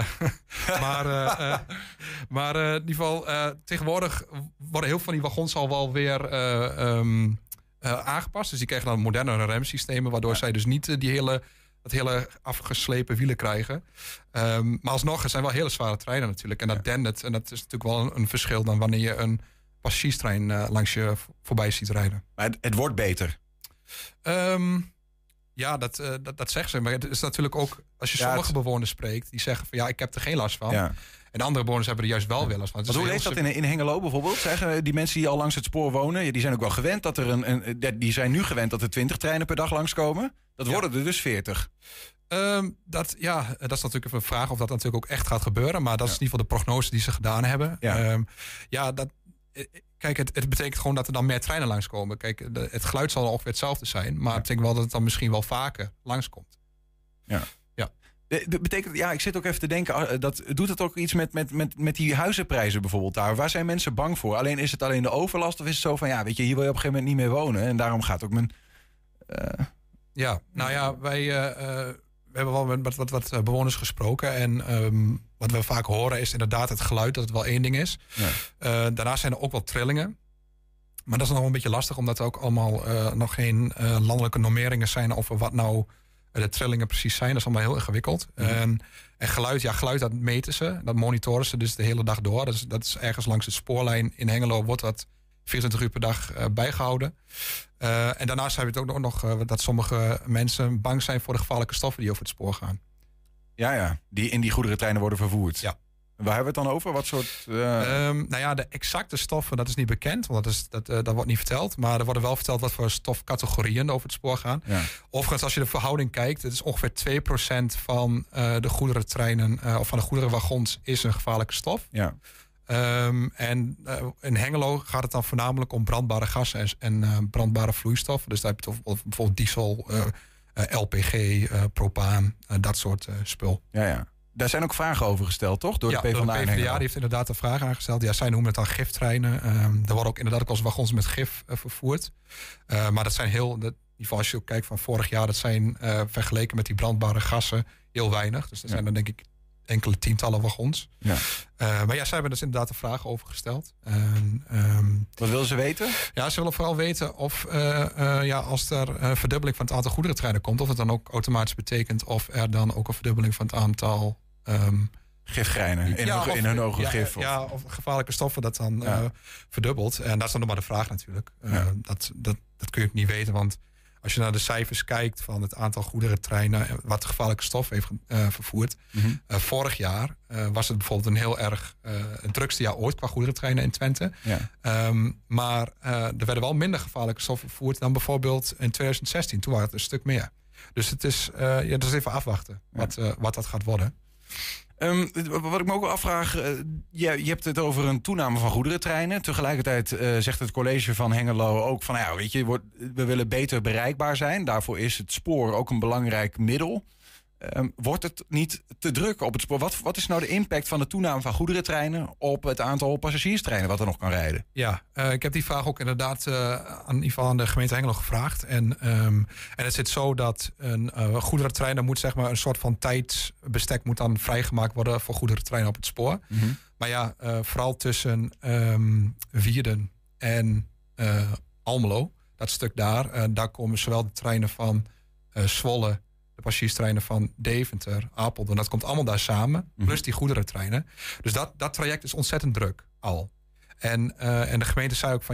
Maar in ieder geval, tegenwoordig worden heel veel van die wagons al wel weer aangepast. Dus die krijgen dan modernere remsystemen. Waardoor zij dus niet dat hele afgeslepen wielen krijgen. Maar alsnog, het zijn wel hele zware treinen natuurlijk. En dat dendert. En dat is natuurlijk wel een verschil dan wanneer je een passagierstrein langs je voorbij ziet rijden. Maar het wordt beter. Ja, dat zeggen ze. Maar het is natuurlijk ook, als je sommige bewoners spreekt, die zeggen van ik heb er geen last van. Ja. En andere bewoners hebben er juist wel last van. Hoe leeft dat in Hengelo bijvoorbeeld? Zeggen die mensen die al langs het spoor wonen, die zijn ook wel gewend dat die zijn nu gewend dat er 20 treinen per dag langskomen. Dat worden er dus 40. Dat is natuurlijk een vraag of dat natuurlijk ook echt gaat gebeuren. Maar dat is in ieder geval de prognose die ze gedaan hebben. Ja. Kijk, het betekent gewoon dat er dan meer treinen langskomen. Kijk, het geluid zal ongeveer hetzelfde zijn. Maar het betekent wel dat het dan misschien wel vaker langskomt. Ja. Betekent, ik zit ook even te denken, doet het ook iets met die huizenprijzen bijvoorbeeld daar? Waar zijn mensen bang voor? Is het alleen de overlast of is het zo van, weet je, hier wil je op een gegeven moment niet meer wonen en daarom gaat ook mijn... wij hebben wel met wat bewoners gesproken en wat we vaak horen is inderdaad het geluid, dat het wel één ding is. Ja. Daarnaast zijn er ook wel trillingen. Maar dat is nog een beetje lastig, omdat er ook allemaal nog geen landelijke normeringen zijn over wat nou de trillingen precies zijn. Dat is allemaal heel ingewikkeld. Mm-hmm. En geluid dat meten ze. Dat monitoren ze dus de hele dag door. Dat is ergens langs de spoorlijn in Hengelo wordt dat 24 uur per dag bijgehouden. En daarnaast hebben we het ook nog dat sommige mensen bang zijn voor de gevaarlijke stoffen die over het spoor gaan. Ja, die in die goederentreinen worden vervoerd. Ja. Waar hebben we het dan over? Wat soort... de exacte stoffen, dat is niet bekend. Want dat wordt niet verteld. Maar er wordt wel verteld wat voor stofcategorieën over het spoor gaan. Ja. Overigens, als je de verhouding kijkt, het is ongeveer 2% van de goederentreinen of van de goederenwagons is een gevaarlijke stof. Ja. En in Hengelo gaat het dan voornamelijk om brandbare gassen en brandbare vloeistoffen. Dus daar heb je bijvoorbeeld diesel, LPG, propaan, dat soort spul. Ja. Daar zijn ook vragen over gesteld, toch? Door de PvdA. De PvdA die heeft inderdaad een vraag aangesteld. Ja, zij noemen het dan giftreinen. Er worden ook inderdaad ook als wagons met gif vervoerd. Maar dat zijn in ieder geval als je ook kijkt van vorig jaar, dat zijn vergeleken met die brandbare gassen heel weinig. Dus er zijn dan denk ik enkele tientallen wagons. Ja. Maar ja, zij hebben dus inderdaad een vraag over gesteld. Wat willen ze weten? Ja, ze willen vooral weten of als er een verdubbeling van het aantal goederentreinen komt, of het dan ook automatisch betekent of er dan ook een verdubbeling van het aantal gifgrijnen in hun ogen gif. Of gevaarlijke stoffen dat dan verdubbelt. En dat is dan nog maar de vraag natuurlijk. Dat kun je ook niet weten, want als je naar de cijfers kijkt van het aantal goederentreinen wat gevaarlijke stof heeft vervoerd. Vorig jaar was het bijvoorbeeld een heel erg het drukste jaar ooit qua goederentreinen in Twente. Ja. Maar er werden wel minder gevaarlijke stoffen vervoerd dan bijvoorbeeld in 2016. Toen waren het een stuk meer. Dus het is dus even afwachten wat dat gaat worden. Wat ik me ook afvraag, je hebt het over een toename van goederentreinen. Tegelijkertijd zegt het college van Hengelo ook van, we willen beter bereikbaar zijn. Daarvoor is het spoor ook een belangrijk middel. Wordt het niet te druk op het spoor? Wat is nou de impact van de toename van goederentreinen op het aantal passagierstreinen wat er nog kan rijden? Ja, ik heb die vraag ook inderdaad aan de gemeente Hengelo gevraagd. En het zit zo dat een goederentrein, dan moet zeg maar een soort van tijdsbestek moet dan vrijgemaakt worden voor goederentreinen op het spoor. Maar ja, vooral tussen Wierden en Almelo, dat stuk daar komen zowel de treinen van Zwolle, de passagierstreinen van Deventer, Apeldoorn, dat komt allemaal daar samen. Plus die goederentreinen. Dus dat traject is ontzettend druk al. En de gemeente zei ook van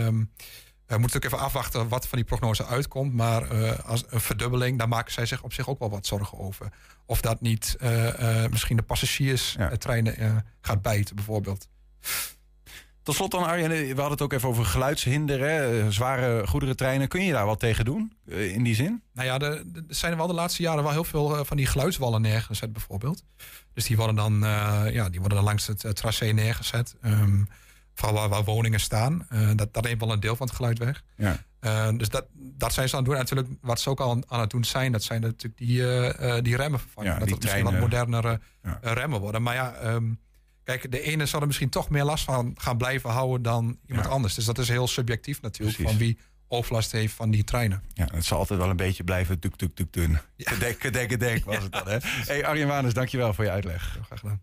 we moeten ook even afwachten wat van die prognose uitkomt. Maar als een verdubbeling, daar maken zij zich op zich ook wel wat zorgen over. Of dat niet misschien de passagierstreinen gaat bijten bijvoorbeeld. Tot slot dan, Arjen, we hadden het ook even over geluidshinder, zware goederentreinen. Kun je daar wat tegen doen, in die zin? Nou ja, er zijn er wel de laatste jaren wel heel veel van die geluidswallen neergezet bijvoorbeeld. Dus die worden dan langs het tracé neergezet. Vooral waar woningen staan. Dat neemt wel een deel van het geluid weg. Ja. Dus dat zijn ze aan het doen. En natuurlijk, wat ze ook al aan het doen zijn, dat zijn natuurlijk die remmen vervangen. Ja, dat het misschien wat modernere remmen worden. Maar kijk, de ene zal er misschien toch meer last van gaan blijven houden dan iemand anders. Dus dat is heel subjectief natuurlijk. Precies. Van wie overlast heeft van die treinen. Ja, het zal altijd wel een beetje blijven tuk-tuk-tuk-dun. Gedek was het dan, hè? Hey, Arjen Wanus, dankjewel voor je uitleg. Graag gedaan.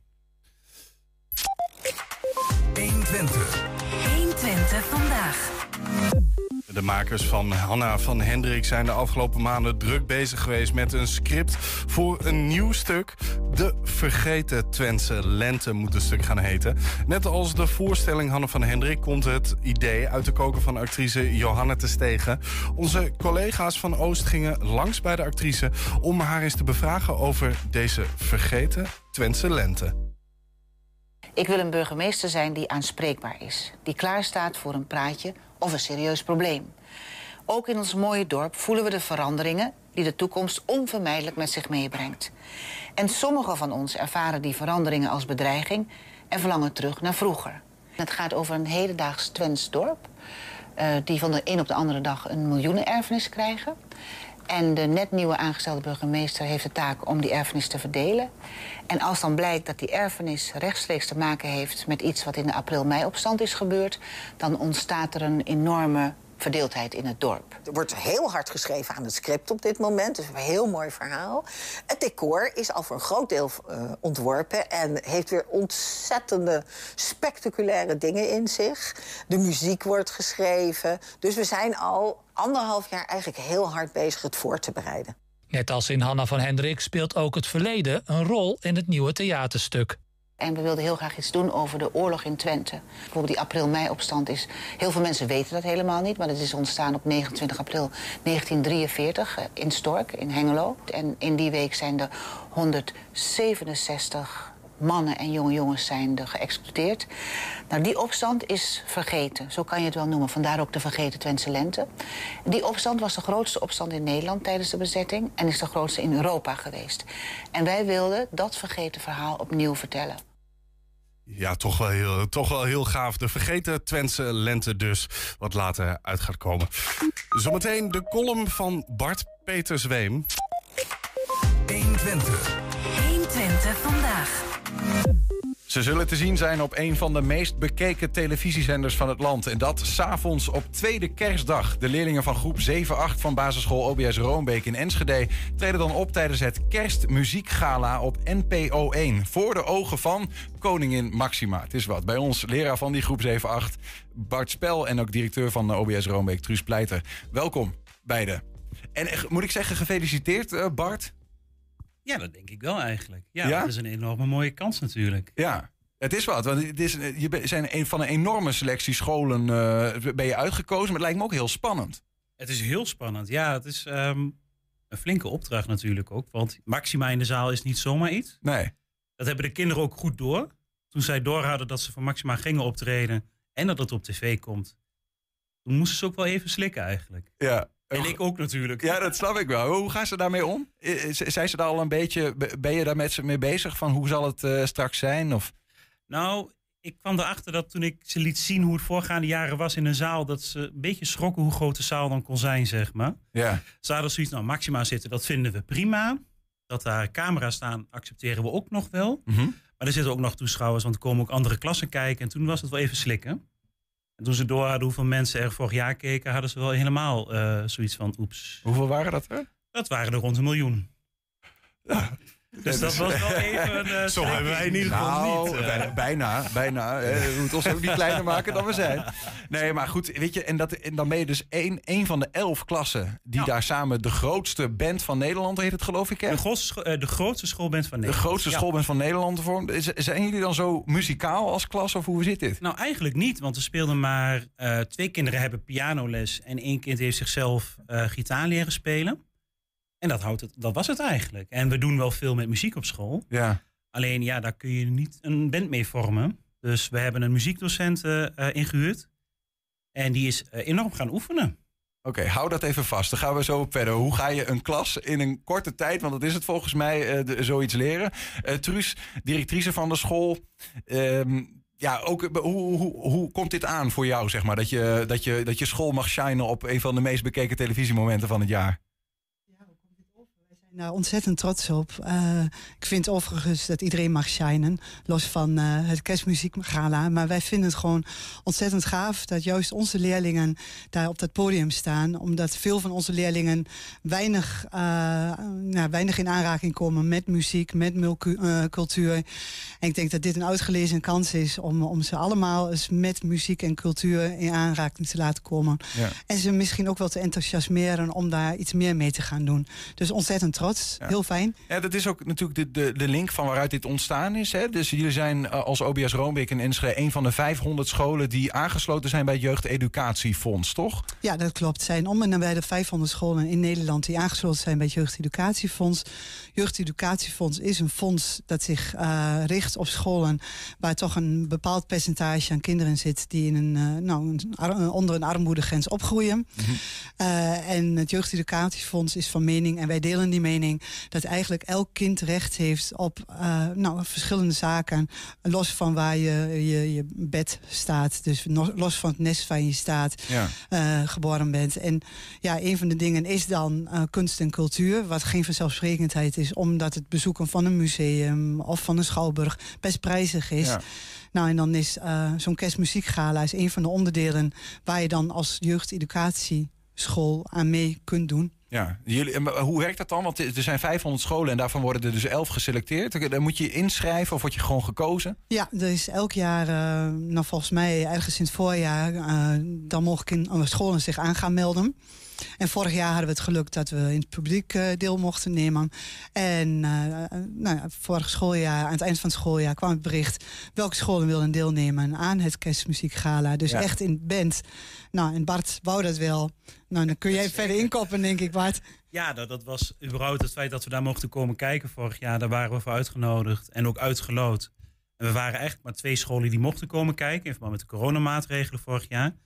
120. 120 vandaag. De makers van Hanna van Hendrik zijn de afgelopen maanden druk bezig geweest met een script voor een nieuw stuk. De Vergeten Twentse Lente moet het stuk gaan heten. Net als de voorstelling Hanna van Hendrik komt het idee uit de koker van actrice Johanna Terstegen. Onze collega's van Oost gingen langs bij de actrice om haar eens te bevragen over deze Vergeten Twentse Lente. Ik wil een burgemeester zijn die aanspreekbaar is. Die klaarstaat voor een praatje of een serieus probleem. Ook in ons mooie dorp voelen we de veranderingen die de toekomst onvermijdelijk met zich meebrengt. En sommigen van ons ervaren die veranderingen als bedreiging en verlangen terug naar vroeger. Het gaat over een hedendaags Twents dorp die van de een op de andere dag een miljoenenerfenis krijgen. En de net nieuwe aangestelde burgemeester heeft de taak om die erfenis te verdelen. En als dan blijkt dat die erfenis rechtstreeks te maken heeft met iets wat in de april-mei-opstand is gebeurd, dan ontstaat er een enorme verdeeldheid in het dorp. Er wordt heel hard geschreven aan het script op dit moment. Dus een heel mooi verhaal. Het decor is al voor een groot deel ontworpen en heeft weer ontzettende spectaculaire dingen in zich. De muziek wordt geschreven. Dus we zijn al 1,5 jaar eigenlijk heel hard bezig het voor te bereiden. Net als in Hanna van Hendrik speelt ook het verleden een rol in het nieuwe theaterstuk. En we wilden heel graag iets doen over de oorlog in Twente. Bijvoorbeeld die april-mei-opstand is... Heel veel mensen weten dat helemaal niet, maar dat is ontstaan op 29 april 1943 in Stork, in Hengelo. En in die week zijn er 167 mannen en jonge jongens zijn er geëxecuteerd. Nou, die opstand is vergeten, zo kan je het wel noemen. Vandaar ook de Vergeten Twentse Lente. Die opstand was de grootste opstand in Nederland tijdens de bezetting en is de grootste in Europa geweest. En wij wilden dat vergeten verhaal opnieuw vertellen. Ja, toch wel heel gaaf. De Vergeten Twentse Lente dus, wat later uit gaat komen. Zometeen de column van Bart Petersweem. 120. 120 vandaag. Ze zullen te zien zijn op een van de meest bekeken televisiezenders van het land. En dat 's avonds op tweede kerstdag. De leerlingen van groep 7-8 van basisschool OBS Roombeek in Enschede treden dan op tijdens het Kerstmuziekgala op NPO 1. Voor de ogen van koningin Maxima. Het is wat. Bij ons leraar van die groep 7-8, Bart Spel, en ook directeur van OBS Roombeek, Truus Pleiter. Welkom, beiden. En moet ik zeggen, gefeliciteerd, Bart? Ja, dat denk ik wel eigenlijk. Ja, dat is een enorme mooie kans natuurlijk. Ja, het is wat. Want je bent van een enorme selectie scholen ben je uitgekozen. Maar het lijkt me ook heel spannend. Het is heel spannend. Ja, het is een flinke opdracht natuurlijk ook. Want Maxima in de zaal is niet zomaar iets. Nee. Dat hebben de kinderen ook goed door. Toen zij door hadden dat ze voor Maxima gingen optreden en dat het op tv komt, toen moesten ze ook wel even slikken eigenlijk. Ja. En ik ook natuurlijk. Ja, dat snap ik wel. Hoe gaan ze daarmee om? Zijn ze daar al een beetje, ben je daar met ze mee bezig? Van hoe zal het straks zijn? Of? Nou, ik kwam erachter dat toen ik ze liet zien hoe het voorgaande jaren was in een zaal, dat ze een beetje schrokken hoe groot de zaal dan kon zijn, zeg maar. Ja. Ze hadden zoiets, nou, Maxima zitten, dat vinden we prima. Dat daar camera's staan, accepteren we ook nog wel. Mm-hmm. Maar er zitten ook nog toeschouwers, want er komen ook andere klassen kijken. En toen was het wel even slikken. En toen ze door hadden hoeveel mensen er vorig jaar keken, hadden ze wel helemaal zoiets van oeps. Hoeveel waren dat er? Dat waren er rond 1 miljoen. Ja. Dus dat was wel even... Zo hebben wij in ieder geval niet. Bijna. We moeten ons ook niet kleiner maken dan we zijn. Nee, maar goed, weet je, en dan ben je dus een van de 11 klassen die daar samen de grootste band van Nederland, heet het geloof ik, hè? De grootste schoolband van Nederland. De grootste schoolband van Nederland vormt. Zijn jullie dan zo muzikaal als klas of hoe zit dit? Nou, eigenlijk niet, want er speelden maar 2 kinderen hebben pianoles en 1 kind heeft zichzelf gitaar leren spelen. En dat was het eigenlijk. En we doen wel veel met muziek op school. Ja. Alleen ja, daar kun je niet een band mee vormen. Dus we hebben een muziekdocent ingehuurd. En die is enorm gaan oefenen. Oké, hou dat even vast. Dan gaan we zo op verder. Hoe ga je een klas in een korte tijd, want dat is het volgens mij, zoiets leren? Truus, directrice van de school. Ja, ook, hoe komt dit aan voor jou, zeg maar? Dat je school mag shinen op een van de meest bekeken televisiemomenten van het jaar? Nou, ontzettend trots op. Ik vind overigens dat iedereen mag shinen, los van het Kerstmuziekgala. Maar wij vinden het gewoon ontzettend gaaf dat juist onze leerlingen daar op dat podium staan. Omdat veel van onze leerlingen weinig in aanraking komen met muziek, met cultuur. En ik denk dat dit een uitgelezen kans is om ze allemaal eens met muziek en cultuur in aanraking te laten komen. Ja. En ze misschien ook wel te enthousiasmeren om daar iets meer mee te gaan doen. Dus ontzettend trots. Ja. Heel fijn. Ja, dat is ook natuurlijk de link van waaruit dit ontstaan is. Hè? Dus jullie zijn als OBS Roombeek in Enschede een van de 500 scholen die aangesloten zijn bij het Jeugdeducatiefonds, toch? Ja, dat klopt. Het zijn om en nabij de 500 scholen in Nederland die aangesloten zijn bij het Jeugdeducatiefonds. Jeugdeducatiefonds is een fonds dat zich richt op scholen waar toch een bepaald percentage aan kinderen zit die in onder een armoedegrens opgroeien. Mm-hmm. En het Jeugdeducatiefonds is van mening, en wij delen die mening, dat eigenlijk elk kind recht heeft op verschillende zaken. Los van waar je bed staat. Dus los van het nest waar je staat, geboren bent. En ja, een van de dingen is dan kunst en cultuur. Wat geen vanzelfsprekendheid is, omdat het bezoeken van een museum of van een schouwburg best prijzig is. Ja. Nou, en dan is zo'n Kerstmuziekgala is een van de onderdelen waar je dan als jeugdeducatieschool aan mee kunt doen. Ja, hoe werkt dat dan? Want er zijn 500 scholen en daarvan worden er dus 11 geselecteerd. Dan moet je inschrijven of word je gewoon gekozen? Ja, er is elk jaar, volgens mij ergens in het voorjaar, dan mogen scholen zich aan gaan melden. En vorig jaar hadden we het geluk dat we in het publiek deel mochten nemen. En vorig schooljaar, aan het eind van het schooljaar, kwam het bericht welke scholen wilden deelnemen aan het Kerstmuziekgala. Dus echt in band. Nou, en Bart wou dat wel. Nou, dan kun jij verder inkoppen, denk ik, Bart. Ja, dat was überhaupt het feit dat we daar mochten komen kijken vorig jaar. Daar waren we voor uitgenodigd en ook uitgeloot. En we waren eigenlijk maar 2 scholen die mochten komen kijken, in verband met de coronamaatregelen vorig jaar.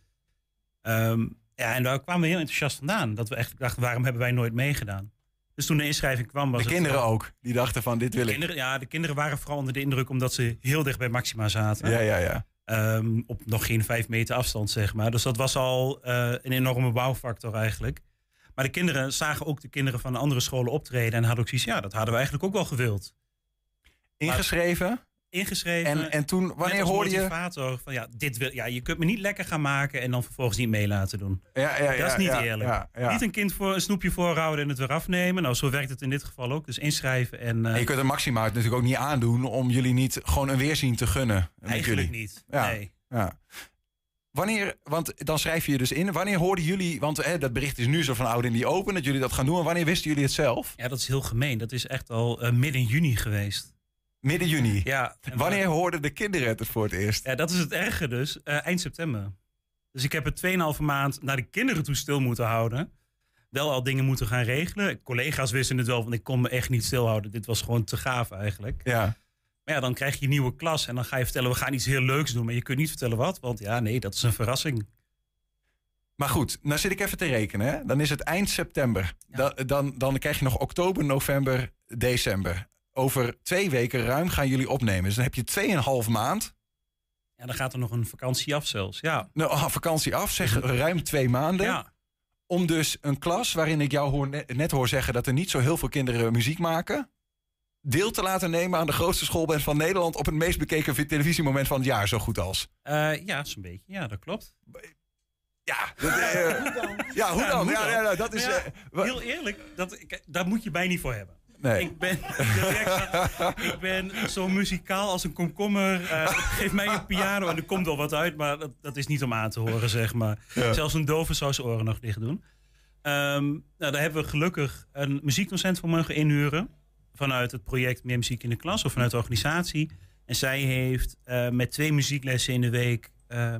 Ja, en daar kwamen we heel enthousiast vandaan. Dat we echt dachten, waarom hebben wij nooit meegedaan? Dus toen de inschrijving kwam, was de kinderen ook, die dachten van, dit wil ik. Ja, de kinderen waren vooral onder de indruk omdat ze heel dicht bij Maxima zaten. Ja. Op nog geen 5 meter afstand, zeg maar. Dus dat was al een enorme bouwfactor eigenlijk. Maar de kinderen zagen ook de kinderen van de andere scholen optreden en hadden ook zoiets, ja, dat hadden we eigenlijk ook wel gewild. Ingeschreven? Ingeschreven. En toen, wanneer hoorde je... motivator van je kunt me niet lekker gaan maken en dan vervolgens niet mee laten doen. Dat is niet eerlijk. Niet een kind voor een snoepje voorhouden en het weer afnemen. Nou, zo werkt het in dit geval ook. Dus inschrijven en je kunt er Maxima het natuurlijk ook niet aandoen om jullie niet gewoon een weerzien te gunnen. Eigenlijk niet. Nee. Ja. Wanneer, want dan schrijf je dus in. Wanneer hoorden jullie, want dat bericht is nu zo van oud in die open, dat jullie dat gaan doen. En wanneer wisten jullie het zelf? Ja, dat is heel gemeen. Dat is echt al midden juni geweest. Midden juni? Ja. Wanneer hoorden de kinderen het voor het eerst? Ja, dat is het erge dus. Eind september. Dus ik heb het 2,5 maand naar de kinderen toe stil moeten houden. Wel al dingen moeten gaan regelen. Collega's wisten het wel, want ik kon me echt niet stilhouden. Dit was gewoon te gaaf eigenlijk. Ja. Maar ja, dan krijg je een nieuwe klas en dan ga je vertellen, we gaan iets heel leuks doen. Maar je kunt niet vertellen wat, want dat is een verrassing. Maar goed, nou zit ik even te rekenen. Hè? Dan is het eind september. Ja. Dan krijg je nog oktober, november, december. Over 2 weken ruim gaan jullie opnemen. Dus dan heb je 2,5 maand. Ja, dan gaat er nog een vakantie af zelfs, ja. Nou, vakantie af, zeg ruim 2 maanden. Ja. Om dus een klas waarin ik jou net hoor zeggen dat er niet zo heel veel kinderen muziek maken, deel te laten nemen aan de grootste schoolband van Nederland op het meest bekeken televisiemoment van het jaar, zo goed als. Ja, zo'n beetje. Ja, dat klopt. Hoe dan? Ja, dat is... heel eerlijk, daar moet je bij niet voor hebben. Nee. Ik ben zo muzikaal als een komkommer. Geef mij een piano en er komt wel wat uit, maar dat is niet om aan te horen, zeg maar. Ja. Zelfs een dove zou zijn oren nog dicht doen. Daar hebben we gelukkig een muziekdocent voor mogen inhuren. Vanuit het project Meer Muziek in de Klas of vanuit de organisatie. En zij heeft met 2 muzieklessen in de week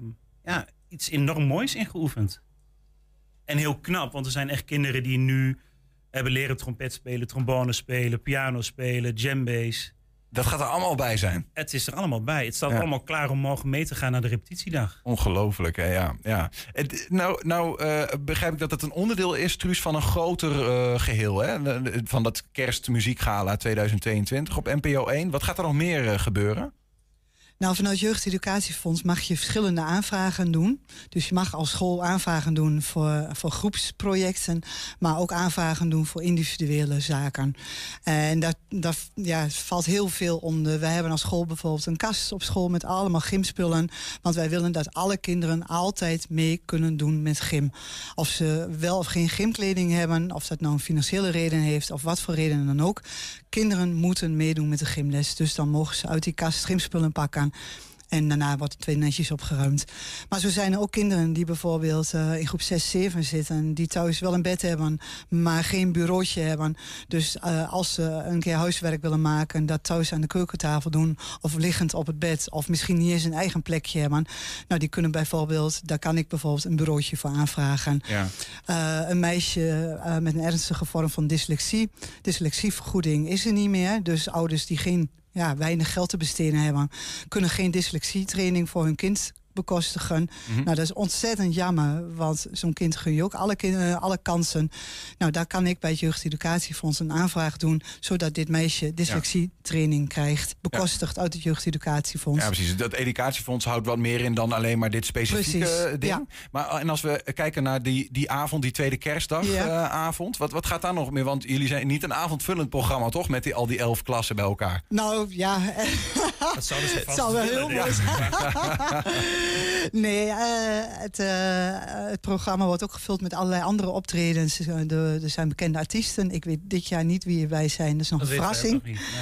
iets enorm moois ingeoefend. En heel knap, want er zijn echt kinderen die nu hebben leren trompet spelen, trombone spelen, piano spelen, djembe's. Dat gaat er allemaal bij zijn? Het is er allemaal bij. Het staat allemaal klaar om morgen mee te gaan naar de repetitiedag. Ongelooflijk, hè? Ja. Nou begrijp ik dat het een onderdeel is, Truus, van een groter geheel. Hè? Van dat kerstmuziekgala 2022 op NPO 1. Wat gaat er nog meer gebeuren? Nou, vanuit Jeugdeducatiefonds mag je verschillende aanvragen doen. Dus je mag als school aanvragen doen voor groepsprojecten, maar ook aanvragen doen voor individuele zaken. En dat valt heel veel onder. Wij hebben als school bijvoorbeeld een kast op school met allemaal gymspullen. Want wij willen dat alle kinderen altijd mee kunnen doen met gym. Of ze wel of geen gymkleding hebben, of dat nou een financiële reden heeft, of wat voor reden dan ook. Kinderen moeten meedoen met de gymles. Dus dan mogen ze uit die kast gymspullen pakken. En daarna wordt het 2 netjes opgeruimd. Maar zo zijn er ook kinderen die bijvoorbeeld in groep 6, 7 zitten, die thuis wel een bed hebben, maar geen bureautje hebben. Dus als ze een keer huiswerk willen maken, dat thuis aan de keukentafel doen, of liggend op het bed, of misschien niet eens een eigen plekje hebben. Nou, die kunnen bijvoorbeeld, daar kan ik bijvoorbeeld een bureautje voor aanvragen. Ja. Een meisje met een ernstige vorm van dyslexie. Dyslexievergoeding is er niet meer. Dus ouders die weinig geld te besteden hebben, kunnen geen dyslexietraining voor hun kind bekostigen. Nou, dat is ontzettend jammer, want zo'n kind gun je ook alle kansen. Nou, daar kan ik bij het Jeugdeducatiefonds een aanvraag doen, zodat dit meisje dyslexietraining krijgt, bekostigd uit het Jeugdeducatiefonds. Ja, precies. Dat educatiefonds houdt wat meer in dan alleen maar dit specifieke ding. Ja. Maar en als we kijken naar die avond, die tweede kerstdagavond, wat gaat daar nog meer? Want jullie zijn niet een avondvullend programma, toch? Met al die 11 klassen bij elkaar. Nou, ja. Dat zou dus het zou wel heel mooi zijn. Nee, het programma wordt ook gevuld met allerlei andere optredens. Er zijn bekende artiesten. Ik weet dit jaar niet wie erbij zijn. Dat is nog een verrassing.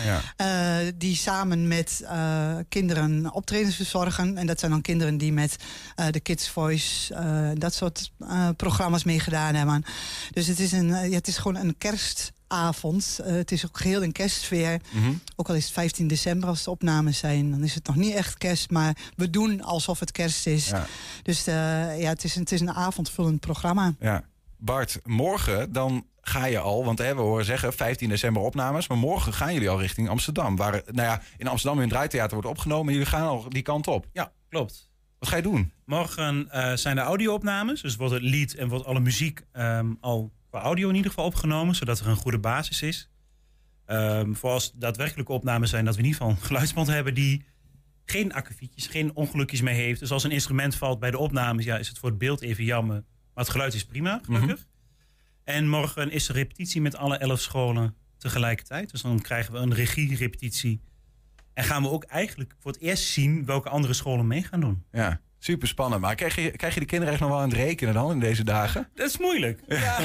Die samen met kinderen optredens verzorgen. En dat zijn dan kinderen die met de Kids Voice dat soort programma's meegedaan hebben. Dus het is gewoon een kerstavond. Het is ook geheel in kerstsfeer. Ook al is het 15 december als de opnames zijn, dan is het nog niet echt kerst, maar we doen alsof het kerst is. Ja. Dus het is een avondvullend programma. Ja. Bart, morgen dan ga je al, want we horen zeggen 15 december opnames, maar morgen gaan jullie al richting Amsterdam. Waar in Amsterdam in het Draaitheater wordt opgenomen en jullie gaan al die kant op. Ja, klopt. Wat ga je doen? Morgen zijn er audio-opnames, dus wordt het lied en wordt alle muziek al qua audio in ieder geval opgenomen, zodat er een goede basis is. Voor als daadwerkelijke opnames zijn, dat we in ieder geval een geluidsband hebben die geen akkefietjes, geen ongelukjes mee heeft. Dus als een instrument valt bij de opnames, is het voor het beeld even jammer. Maar het geluid is prima, gelukkig. En morgen is er repetitie met alle 11 scholen tegelijkertijd. Dus dan krijgen we een regie-repetitie En gaan we ook eigenlijk voor het eerst zien welke andere scholen mee gaan doen. Ja, super spannend. Maar krijg je de kinderen echt nog wel aan het rekenen dan in deze dagen? Dat is moeilijk. Ja.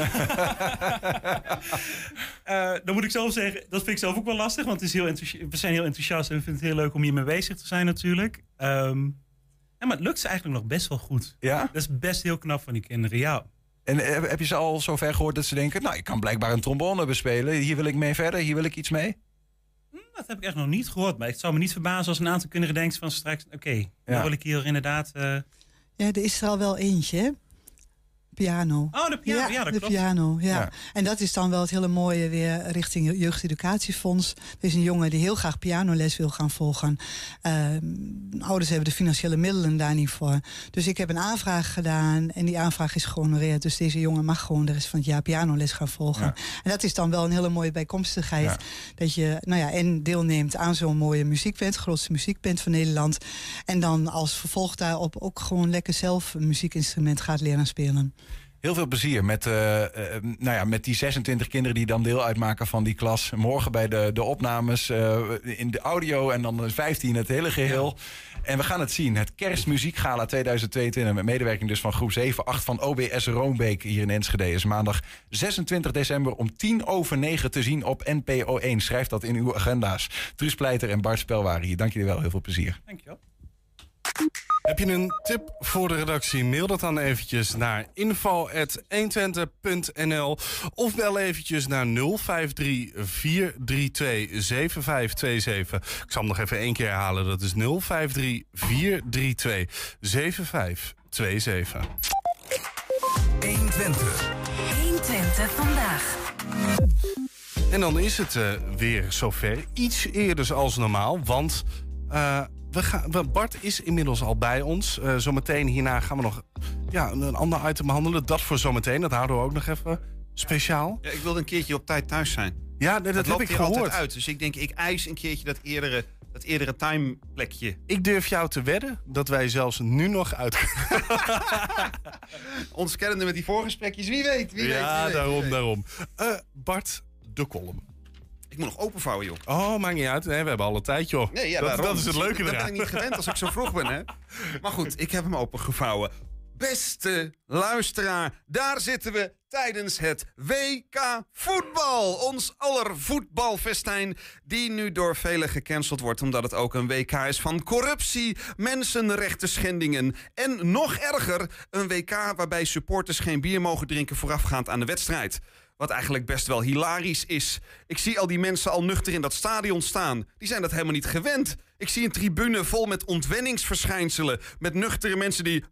Dan moet ik zelf zeggen, dat vind ik zelf ook wel lastig. Want het is we zijn heel enthousiast en we vinden het heel leuk om hiermee bezig te zijn natuurlijk. Maar het lukt ze eigenlijk nog best wel goed. Ja? Dat is best heel knap van die kinderen, ja. En heb je ze al zover gehoord dat ze denken... nou, ik kan blijkbaar een trombone bespelen. Hier wil ik mee verder, hier wil ik iets mee? Dat heb ik echt nog niet gehoord. Maar het zou me niet verbazen als een aantal kinderen denken van straks... oké, dan wil ik hier inderdaad... Ja, er is er al wel eentje, hè? Piano. Oh, de piano, ja, dat de klopt. Piano, ja. En dat is dan wel het hele mooie weer richting Jeugdeducatiefonds. Er is een jongen die heel graag pianoles wil gaan volgen. Ouders hebben de financiële middelen daar niet voor. Dus ik heb een aanvraag gedaan en die aanvraag is gehonoreerd. Dus deze jongen mag gewoon de rest van het jaar pianoles gaan volgen. Ja. En dat is dan wel een hele mooie bijkomstigheid. Ja. Dat je en deelneemt aan zo'n mooie muziekband, grootste muziekband van Nederland. En dan als vervolg daarop ook gewoon lekker zelf een muziekinstrument gaat leren spelen. Heel veel plezier met die 26 kinderen die dan deel uitmaken van die klas. Morgen bij de opnames in de audio en dan 15 het hele geheel. Ja. En we gaan het zien. Het Kerstmuziekgala 2022 met medewerking dus van groep 7-8 van OBS Roombeek hier in Enschede. Is maandag 26 december om 9:10 te zien op NPO 1. Schrijf dat in uw agenda's. Truus Pleiter en Bart Spel waren hier. Dank jullie wel. Heel veel plezier. Dankjewel. Heb je een tip voor de redactie? Mail dat dan eventjes naar info@120.nl of bel eventjes naar 053 432 7527. Ik zal hem nog even 1 keer herhalen. Dat is 053 432 7527. 120. 120 vandaag. En dan is het weer zover. Iets eerder als normaal, want... Bart is inmiddels al bij ons. Zometeen hierna gaan we nog een ander item behandelen. Dat voor zometeen, dat houden we ook nog even speciaal. Ja, ik wilde een keertje op tijd thuis zijn. Ja, dat heb ik gehoord. Altijd uit, dus ik denk, ik eis een keertje dat eerdere timeplekje. Ik durf jou te wedden dat wij zelfs nu nog uit... Ons kennende met die voorgesprekjes, wie weet. Daarom. Bart, de column. Ik moet nog openvouwen, joh. Oh, maakt niet uit. Nee, we hebben alle tijd, joh. Nee, dat is het leuke eraan. Dat ben ik niet gewend als ik zo vroeg ben, hè. Maar goed, ik heb hem opengevouwen. Beste luisteraar, daar zitten we tijdens het WK voetbal. Ons aller voetbalfestijn die nu door velen gecanceld wordt... omdat het ook een WK is van corruptie, mensenrechten schendingen... en nog erger, een WK waarbij supporters geen bier mogen drinken... voorafgaand aan de wedstrijd. Wat eigenlijk best wel hilarisch is. Ik zie al die mensen al nuchter in dat stadion staan. Die zijn dat helemaal niet gewend. Ik zie een tribune vol met ontwenningsverschijnselen. Met nuchtere mensen die...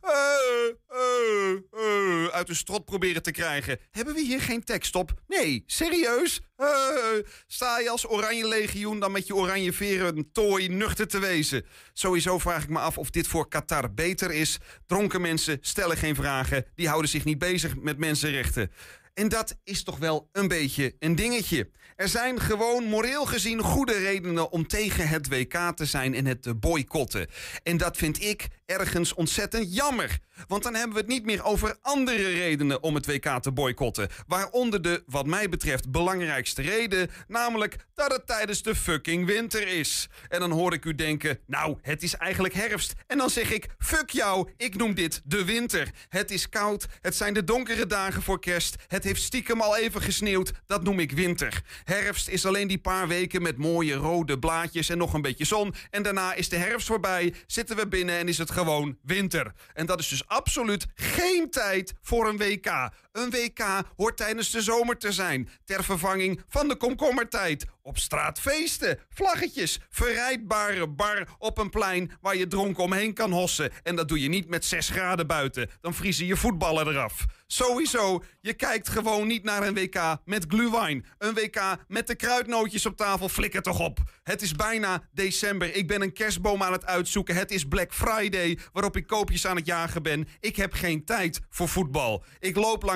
uit hun strot proberen te krijgen. Hebben we hier geen tekst op? Nee, serieus? Sta je als Oranje Legioen dan met je oranje veren tooi nuchter te wezen? Sowieso vraag ik me af of dit voor Qatar beter is. Dronken mensen stellen geen vragen. Die houden zich niet bezig met mensenrechten. En dat is toch wel een beetje een dingetje. Er zijn gewoon moreel gezien goede redenen om tegen het WK te zijn en het te boycotten. En dat vind ik ergens ontzettend jammer. Want dan hebben we het niet meer over andere redenen om het WK te boycotten. Waaronder de, wat mij betreft, belangrijkste reden. Namelijk dat het tijdens de fucking winter is. En dan hoor ik u denken, nou, het is eigenlijk herfst. En dan zeg ik, fuck jou, ik noem dit de winter. Het is koud, het zijn de donkere dagen voor kerst. Het heeft stiekem al even gesneeuwd, dat noem ik winter. Herfst is alleen die paar weken met mooie rode blaadjes en nog een beetje zon. En daarna is de herfst voorbij, zitten we binnen en is het gewoon winter. En dat is dus absoluut geen tijd voor een WK. Een WK hoort tijdens de zomer te zijn. Ter vervanging van de komkommertijd. Op straat feesten, vlaggetjes, verrijdbare bar op een plein waar je dronken omheen kan hossen. En dat doe je niet met 6 graden buiten. Dan vriezen je voetballen eraf. Sowieso, je kijkt gewoon niet naar een WK met glühwein. Een WK met de kruidnootjes op tafel, flikker toch op. Het is bijna december, ik ben een kerstboom aan het uitzoeken. Het is Black Friday, waarop ik koopjes aan het jagen ben. Ik heb geen tijd voor voetbal. Ik loop langs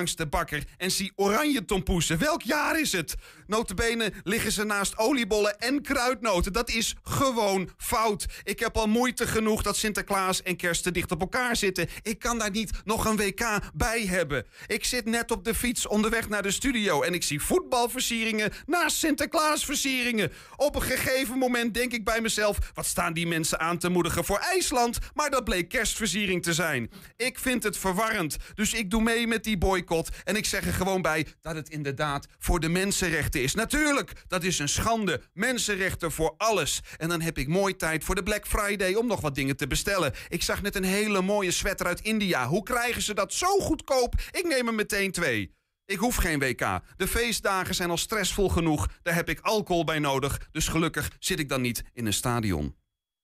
langs de bakker en zie oranje tompoesen. Welk jaar is het? Nota bene liggen ze naast oliebollen en kruidnoten. Dat is gewoon fout. Ik heb al moeite genoeg dat Sinterklaas en kerst te dicht op elkaar zitten. Ik kan daar niet nog een WK bij hebben. Ik zit net op de fiets onderweg naar de studio en ik zie voetbalversieringen naast Sinterklaasversieringen. Op een gegeven moment denk ik bij mezelf, wat staan die mensen aan te moedigen voor IJsland? Maar dat bleek kerstversiering te zijn. Ik vind het verwarrend, dus ik doe mee met die boycott en ik zeg er gewoon bij dat het inderdaad voor de mensenrechten is. Natuurlijk, dat is een schande. Mensenrechten voor alles. En dan heb ik mooi tijd voor de Black Friday om nog wat dingen te bestellen. Ik zag net een hele mooie sweater uit India. Hoe krijgen ze dat zo goedkoop? Ik neem er meteen 2. Ik hoef geen WK. De feestdagen zijn al stressvol genoeg. Daar heb ik alcohol bij nodig. Dus gelukkig zit ik dan niet in een stadion.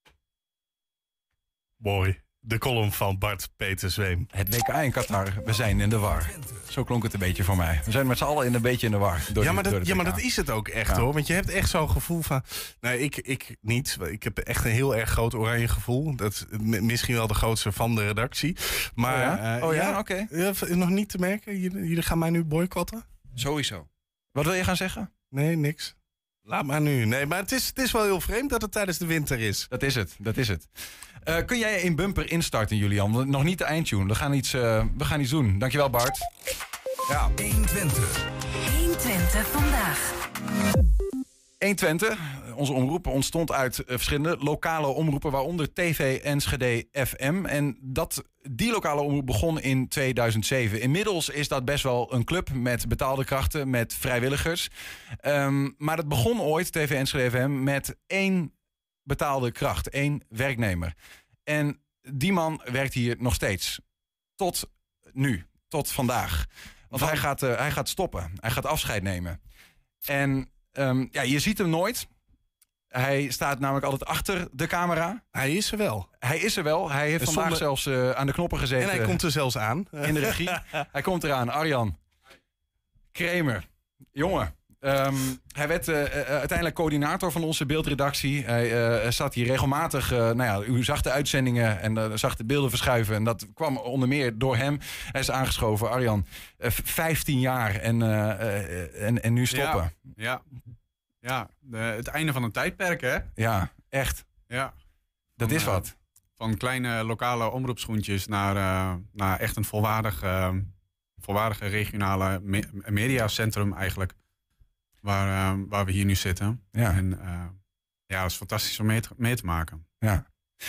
Mooi. De column van Bart Peter Zweem. Het WK in Qatar, we zijn in de war. Zo klonk het een beetje voor mij. We zijn met z'n allen een beetje in de war. Maar dat is het ook echt hoor. Want je hebt echt zo'n gevoel van... Nee, ik niet. Ik heb echt een heel erg groot oranje gevoel. Dat is misschien wel de grootste van de redactie. Maar, oké. Nog niet te merken? Jullie gaan mij nu boycotten? Sowieso. Wat wil je gaan zeggen? Nee, niks. Laat maar nu. Nee, maar het is wel heel vreemd dat het tijdens de winter is. Dat is het. Kun jij een bumper instarten, Julian? Nog niet de eindtune. We gaan iets doen. Dankjewel, Bart. Ja. 120. 120 vandaag. 120, onze omroep ontstond uit verschillende lokale omroepen, waaronder TV Enschede FM. En die lokale omroep begon in 2007. Inmiddels is dat best wel een club met betaalde krachten, met vrijwilligers. Maar dat begon ooit, TV Enschede FM, met 1 betaalde kracht, 1 werknemer. En die man werkt hier nog steeds. Tot nu, tot vandaag. Want hij gaat stoppen. Hij gaat afscheid nemen. En je ziet hem nooit. Hij staat namelijk altijd achter de camera. Hij is er wel. Hij heeft vandaag zelfs aan de knoppen gezeten. En hij komt er zelfs aan. In de regie. Hij komt eraan. Arjan Kremer. Jongen. Hij werd uiteindelijk coördinator van onze beeldredactie. Hij zat hier regelmatig. U zag de uitzendingen en zag de beelden verschuiven. En dat kwam onder meer door hem. Hij is aangeschoven. Arjan, 15 jaar en nu stoppen. Ja. Het einde van een tijdperk, hè? Ja, echt. Ja. Dat is wat. Van kleine lokale omroepschoentjes naar echt een volwaardige regionale mediacentrum eigenlijk. Waar we hier nu zitten. Ja. En dat is fantastisch om mee te maken. Ja.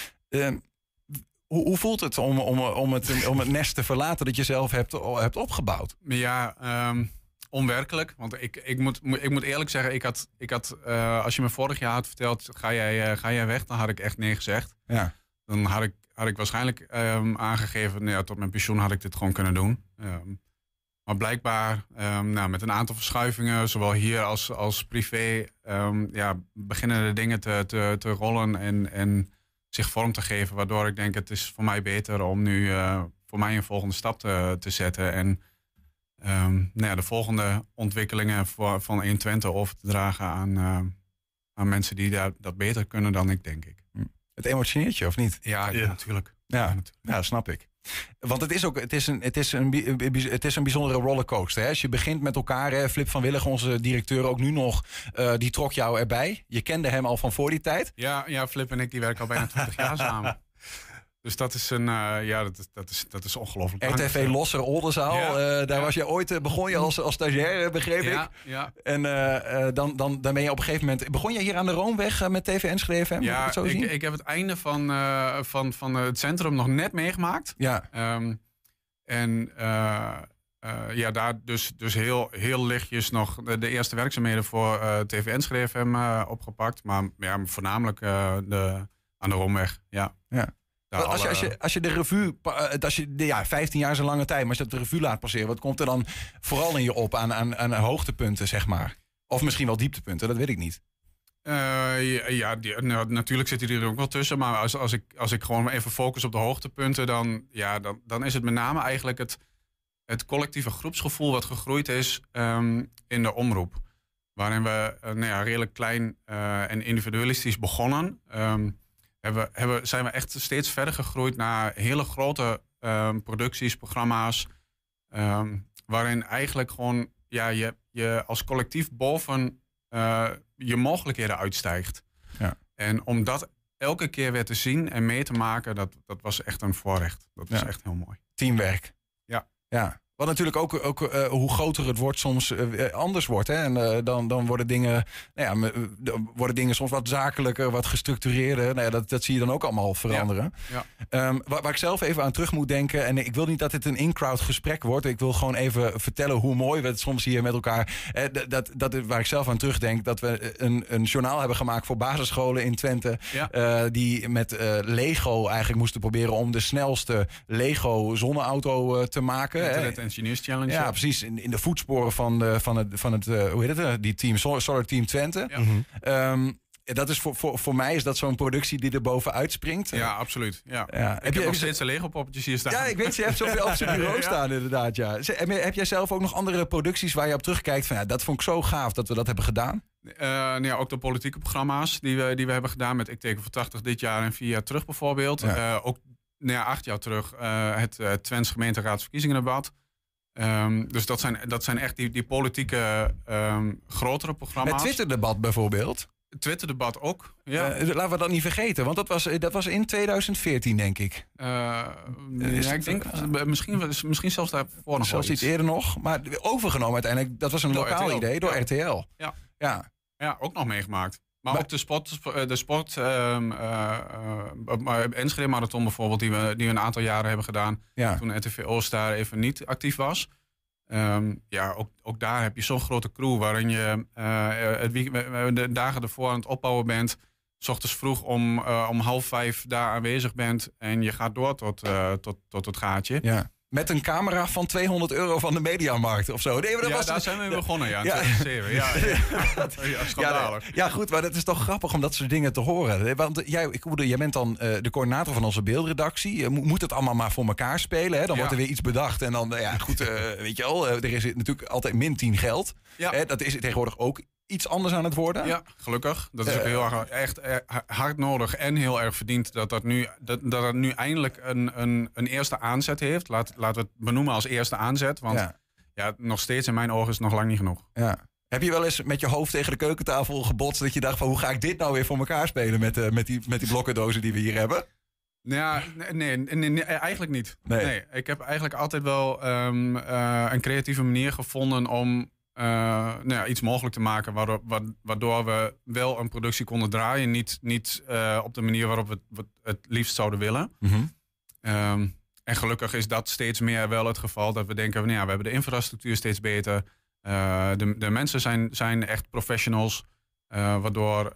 Hoe voelt het om het nest te verlaten dat je zelf hebt opgebouwd? Ja, onwerkelijk. Want ik moet eerlijk zeggen, ik had als je me vorig jaar had verteld, ga jij weg, dan had ik echt nee gezegd. Ja. Dan had ik waarschijnlijk aangegeven, tot mijn pensioen had ik dit gewoon kunnen doen. Maar blijkbaar, met een aantal verschuivingen, zowel hier als privé, beginnen de dingen te rollen en zich vorm te geven. Waardoor ik denk, het is voor mij beter om nu voor mij een volgende stap te zetten. En de volgende ontwikkelingen van 120 over te dragen aan mensen die dat beter kunnen dan ik, denk ik. Het emotioneert je, of niet? Ja, natuurlijk. Ja, snap ik. Want het is een bijzondere rollercoaster. Hè? Als je begint met elkaar, hè, Flip van Willig, onze directeur ook nu nog, die trok jou erbij. Je kende hem al van voor die tijd. Ja, Flip en ik die werken al bijna 20 jaar samen. Dus dat is dat is ongelooflijk. RTV Losser Oldenzaal, daar begon je als stagiair, begreep ik. Ja. En dan ben je op een gegeven moment... Begon je hier aan de Roomweg met TV Enschede FM? Ja, ik heb het einde van het centrum nog net meegemaakt. Ja. Daar dus heel lichtjes nog de eerste werkzaamheden voor TV Enschede FM opgepakt. Maar voornamelijk aan de Roomweg, ja. Als je de revue, 15 jaar is een lange tijd, maar als je dat de revue laat passeren, wat komt er dan vooral in je op aan hoogtepunten, zeg maar? Of misschien wel dieptepunten, dat weet ik niet. Natuurlijk zit hij er ook wel tussen, maar als ik gewoon even focus op de hoogtepunten, dan is het met name eigenlijk het collectieve groepsgevoel wat gegroeid is in de omroep. Waarin we redelijk klein en individualistisch begonnen. Zijn we echt steeds verder gegroeid naar hele grote producties, programma's. waarin eigenlijk gewoon je als collectief boven je mogelijkheden uitstijgt. Ja. En om dat elke keer weer te zien en mee te maken, dat was echt een voorrecht. Dat is echt heel mooi. Teamwerk. Ja. Wat natuurlijk ook hoe groter het wordt soms anders wordt. Hè? En dan worden dingen soms wat zakelijker, wat gestructureerder. Nou ja, dat zie je dan ook allemaal veranderen. Ja. Waar ik zelf even aan terug moet denken. En ik wil niet dat dit een in-crowd gesprek wordt. Ik wil gewoon even vertellen hoe mooi we het soms hier met elkaar... waar ik zelf aan terugdenk. Dat we een journaal hebben gemaakt voor basisscholen in Twente. Ja. Die met Lego eigenlijk moesten proberen om de snelste Lego zonneauto te maken. Engineers Challenge. Ja, precies. In de voetsporen van het hoe heet het? Die team, Solar Team Twente. Ja. Dat is voor mij is dat zo'n productie die er bovenuit springt. Ja, absoluut. Ja. Heb je nog steeds de Lego-poppetjes hier staan? Ja, ik weet, je hebt zoveel op zijn bureau staan inderdaad. Ja. Heb jij zelf ook nog andere producties waar je op terugkijkt van dat vond ik zo gaaf dat we dat hebben gedaan? Ook de politieke programma's die we hebben gedaan met Ik Teken voor 80 dit jaar en 4 jaar terug bijvoorbeeld. Ja. Ook 8 jaar terug het Twents gemeenteraadsverkiezingendebat. Dus dat zijn echt die politieke grotere programma's. Het Twitterdebat bijvoorbeeld. Het Twitterdebat ook, ja. Laten we dat niet vergeten, want dat was in 2014, denk ik. Ik denk misschien zelfs daarvoor nog zelfs iets eerder nog, maar overgenomen uiteindelijk. Dat was een lokaal RTL. Idee door RTL. Ja, ook nog meegemaakt. Maar ook de sport Enschede Marathon bijvoorbeeld, die we een aantal jaren hebben gedaan. Ja. Toen RTV Oost daar even niet actief was. Ook daar heb je zo'n grote crew waarin je de dagen ervoor aan het opbouwen bent. 's Ochtends vroeg om 4:30 daar aanwezig bent en je gaat door tot het gaatje. Ja. Met een camera van €200 van de Mediamarkt of zo. Nee, maar daar zijn we mee begonnen, in 2007. Schandalig. Ja, goed, maar dat is toch grappig om dat soort dingen te horen. Want jij bent dan de coördinator van onze beeldredactie. Moet het allemaal maar voor elkaar spelen. Hè? Dan wordt er weer iets bedacht. En dan, weet je wel, er is natuurlijk altijd min 10 geld. Ja. Dat is tegenwoordig ook iets anders aan het worden. Ja, gelukkig. Dat is ook heel echt hard nodig en heel erg verdiend dat het nu eindelijk een eerste aanzet heeft. Laten we het benoemen als eerste aanzet. Want nog steeds in mijn ogen is het nog lang niet genoeg. Ja. Heb je wel eens met je hoofd tegen de keukentafel gebotst dat je dacht van hoe ga ik dit nou weer voor elkaar spelen met die blokkendozen die we hier hebben? Ja, nee, eigenlijk niet. Nee. Ik heb eigenlijk altijd wel een creatieve manier gevonden om iets mogelijk te maken waardoor we wel een productie konden draaien. Niet op de manier waarop we het liefst zouden willen. Mm-hmm. En gelukkig is dat steeds meer wel het geval. Dat we denken, we hebben de infrastructuur steeds beter. De mensen zijn echt professionals. Waardoor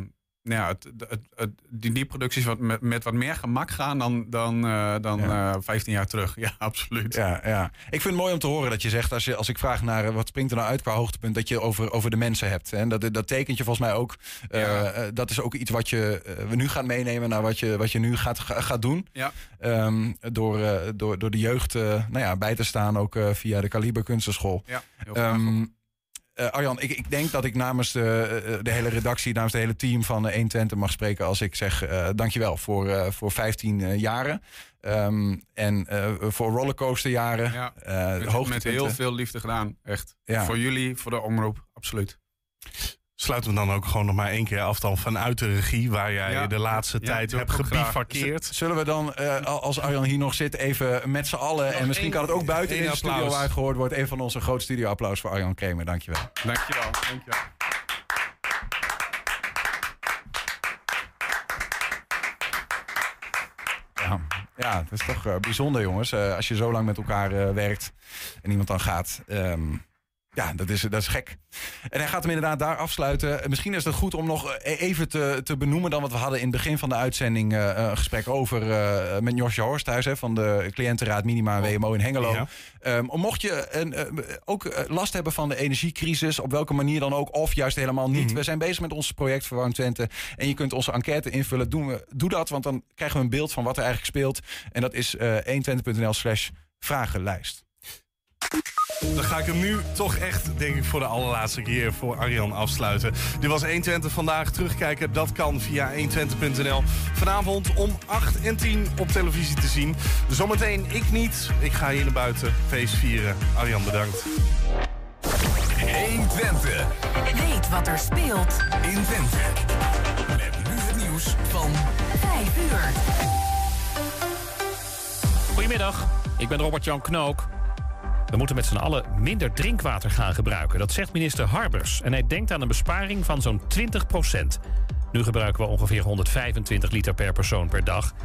die producties met wat meer gemak gaan dan 15 jaar terug. Ja, absoluut. Ja. Ik vind het mooi om te horen dat je zegt, als ik vraag naar wat springt er nou uit qua hoogtepunt, dat je over de mensen hebt. En dat tekent je volgens mij ook. Dat is ook iets wat we nu gaat meenemen naar wat je nu gaat doen. Ja. Door de jeugd bij te staan, ook via de Kaliber Kunstenschool. Ja, heel graag. Arjan, ik denk dat ik namens de hele redactie, namens het hele team van 120 mag spreken als ik zeg dankjewel voor 15 jaren. En voor rollercoasterjaren. Ja, met heel veel liefde gedaan, echt. Ja. Voor jullie, voor de omroep, absoluut. Sluiten we dan ook gewoon nog maar 1 keer af dan vanuit de regie waar jij de laatste tijd hebt gebivakkeerd. Zullen we dan, als Arjan hier nog zit, even met z'n allen, en misschien kan het ook buiten in de studio uitgehoord wordt, een van onze groot studioapplaus voor Arjan Kremer. Dankjewel. Dankjewel. Ja, dat is toch bijzonder, jongens. Als je zo lang met elkaar werkt en iemand dan gaat. Ja, dat is gek. En hij gaat hem inderdaad daar afsluiten. Misschien is het goed om nog even te benoemen dan wat we hadden in het begin van de uitzending. Een gesprek over met Josje Horsthuis van de cliëntenraad Minima WMO in Hengelo. Ja. Mocht je ook last hebben van de energiecrisis, op welke manier dan ook, of juist helemaal niet. We zijn bezig met ons project Verwarmd Twente. En je kunt onze enquête invullen. Doe dat, want dan krijgen we een beeld van wat er eigenlijk speelt. En dat is 120.nl/vragenlijst. Dan ga ik hem nu toch echt, denk ik, voor de allerlaatste keer voor Arjan afsluiten. Dit was 120 vandaag. Terugkijken, dat kan via 120.nl. Vanavond om 8 en 10 op televisie te zien. Zometeen ik niet. Ik ga hier naar buiten feest vieren. Arjan, bedankt. 120. Weet wat er speelt in Twente. Met nu het nieuws van 5 uur. Goedemiddag, ik ben Robert-Jan Knook. We moeten met z'n allen minder drinkwater gaan gebruiken. Dat zegt minister Harbers. En hij denkt aan een besparing van zo'n 20%. Nu gebruiken we ongeveer 125 liter per persoon per dag.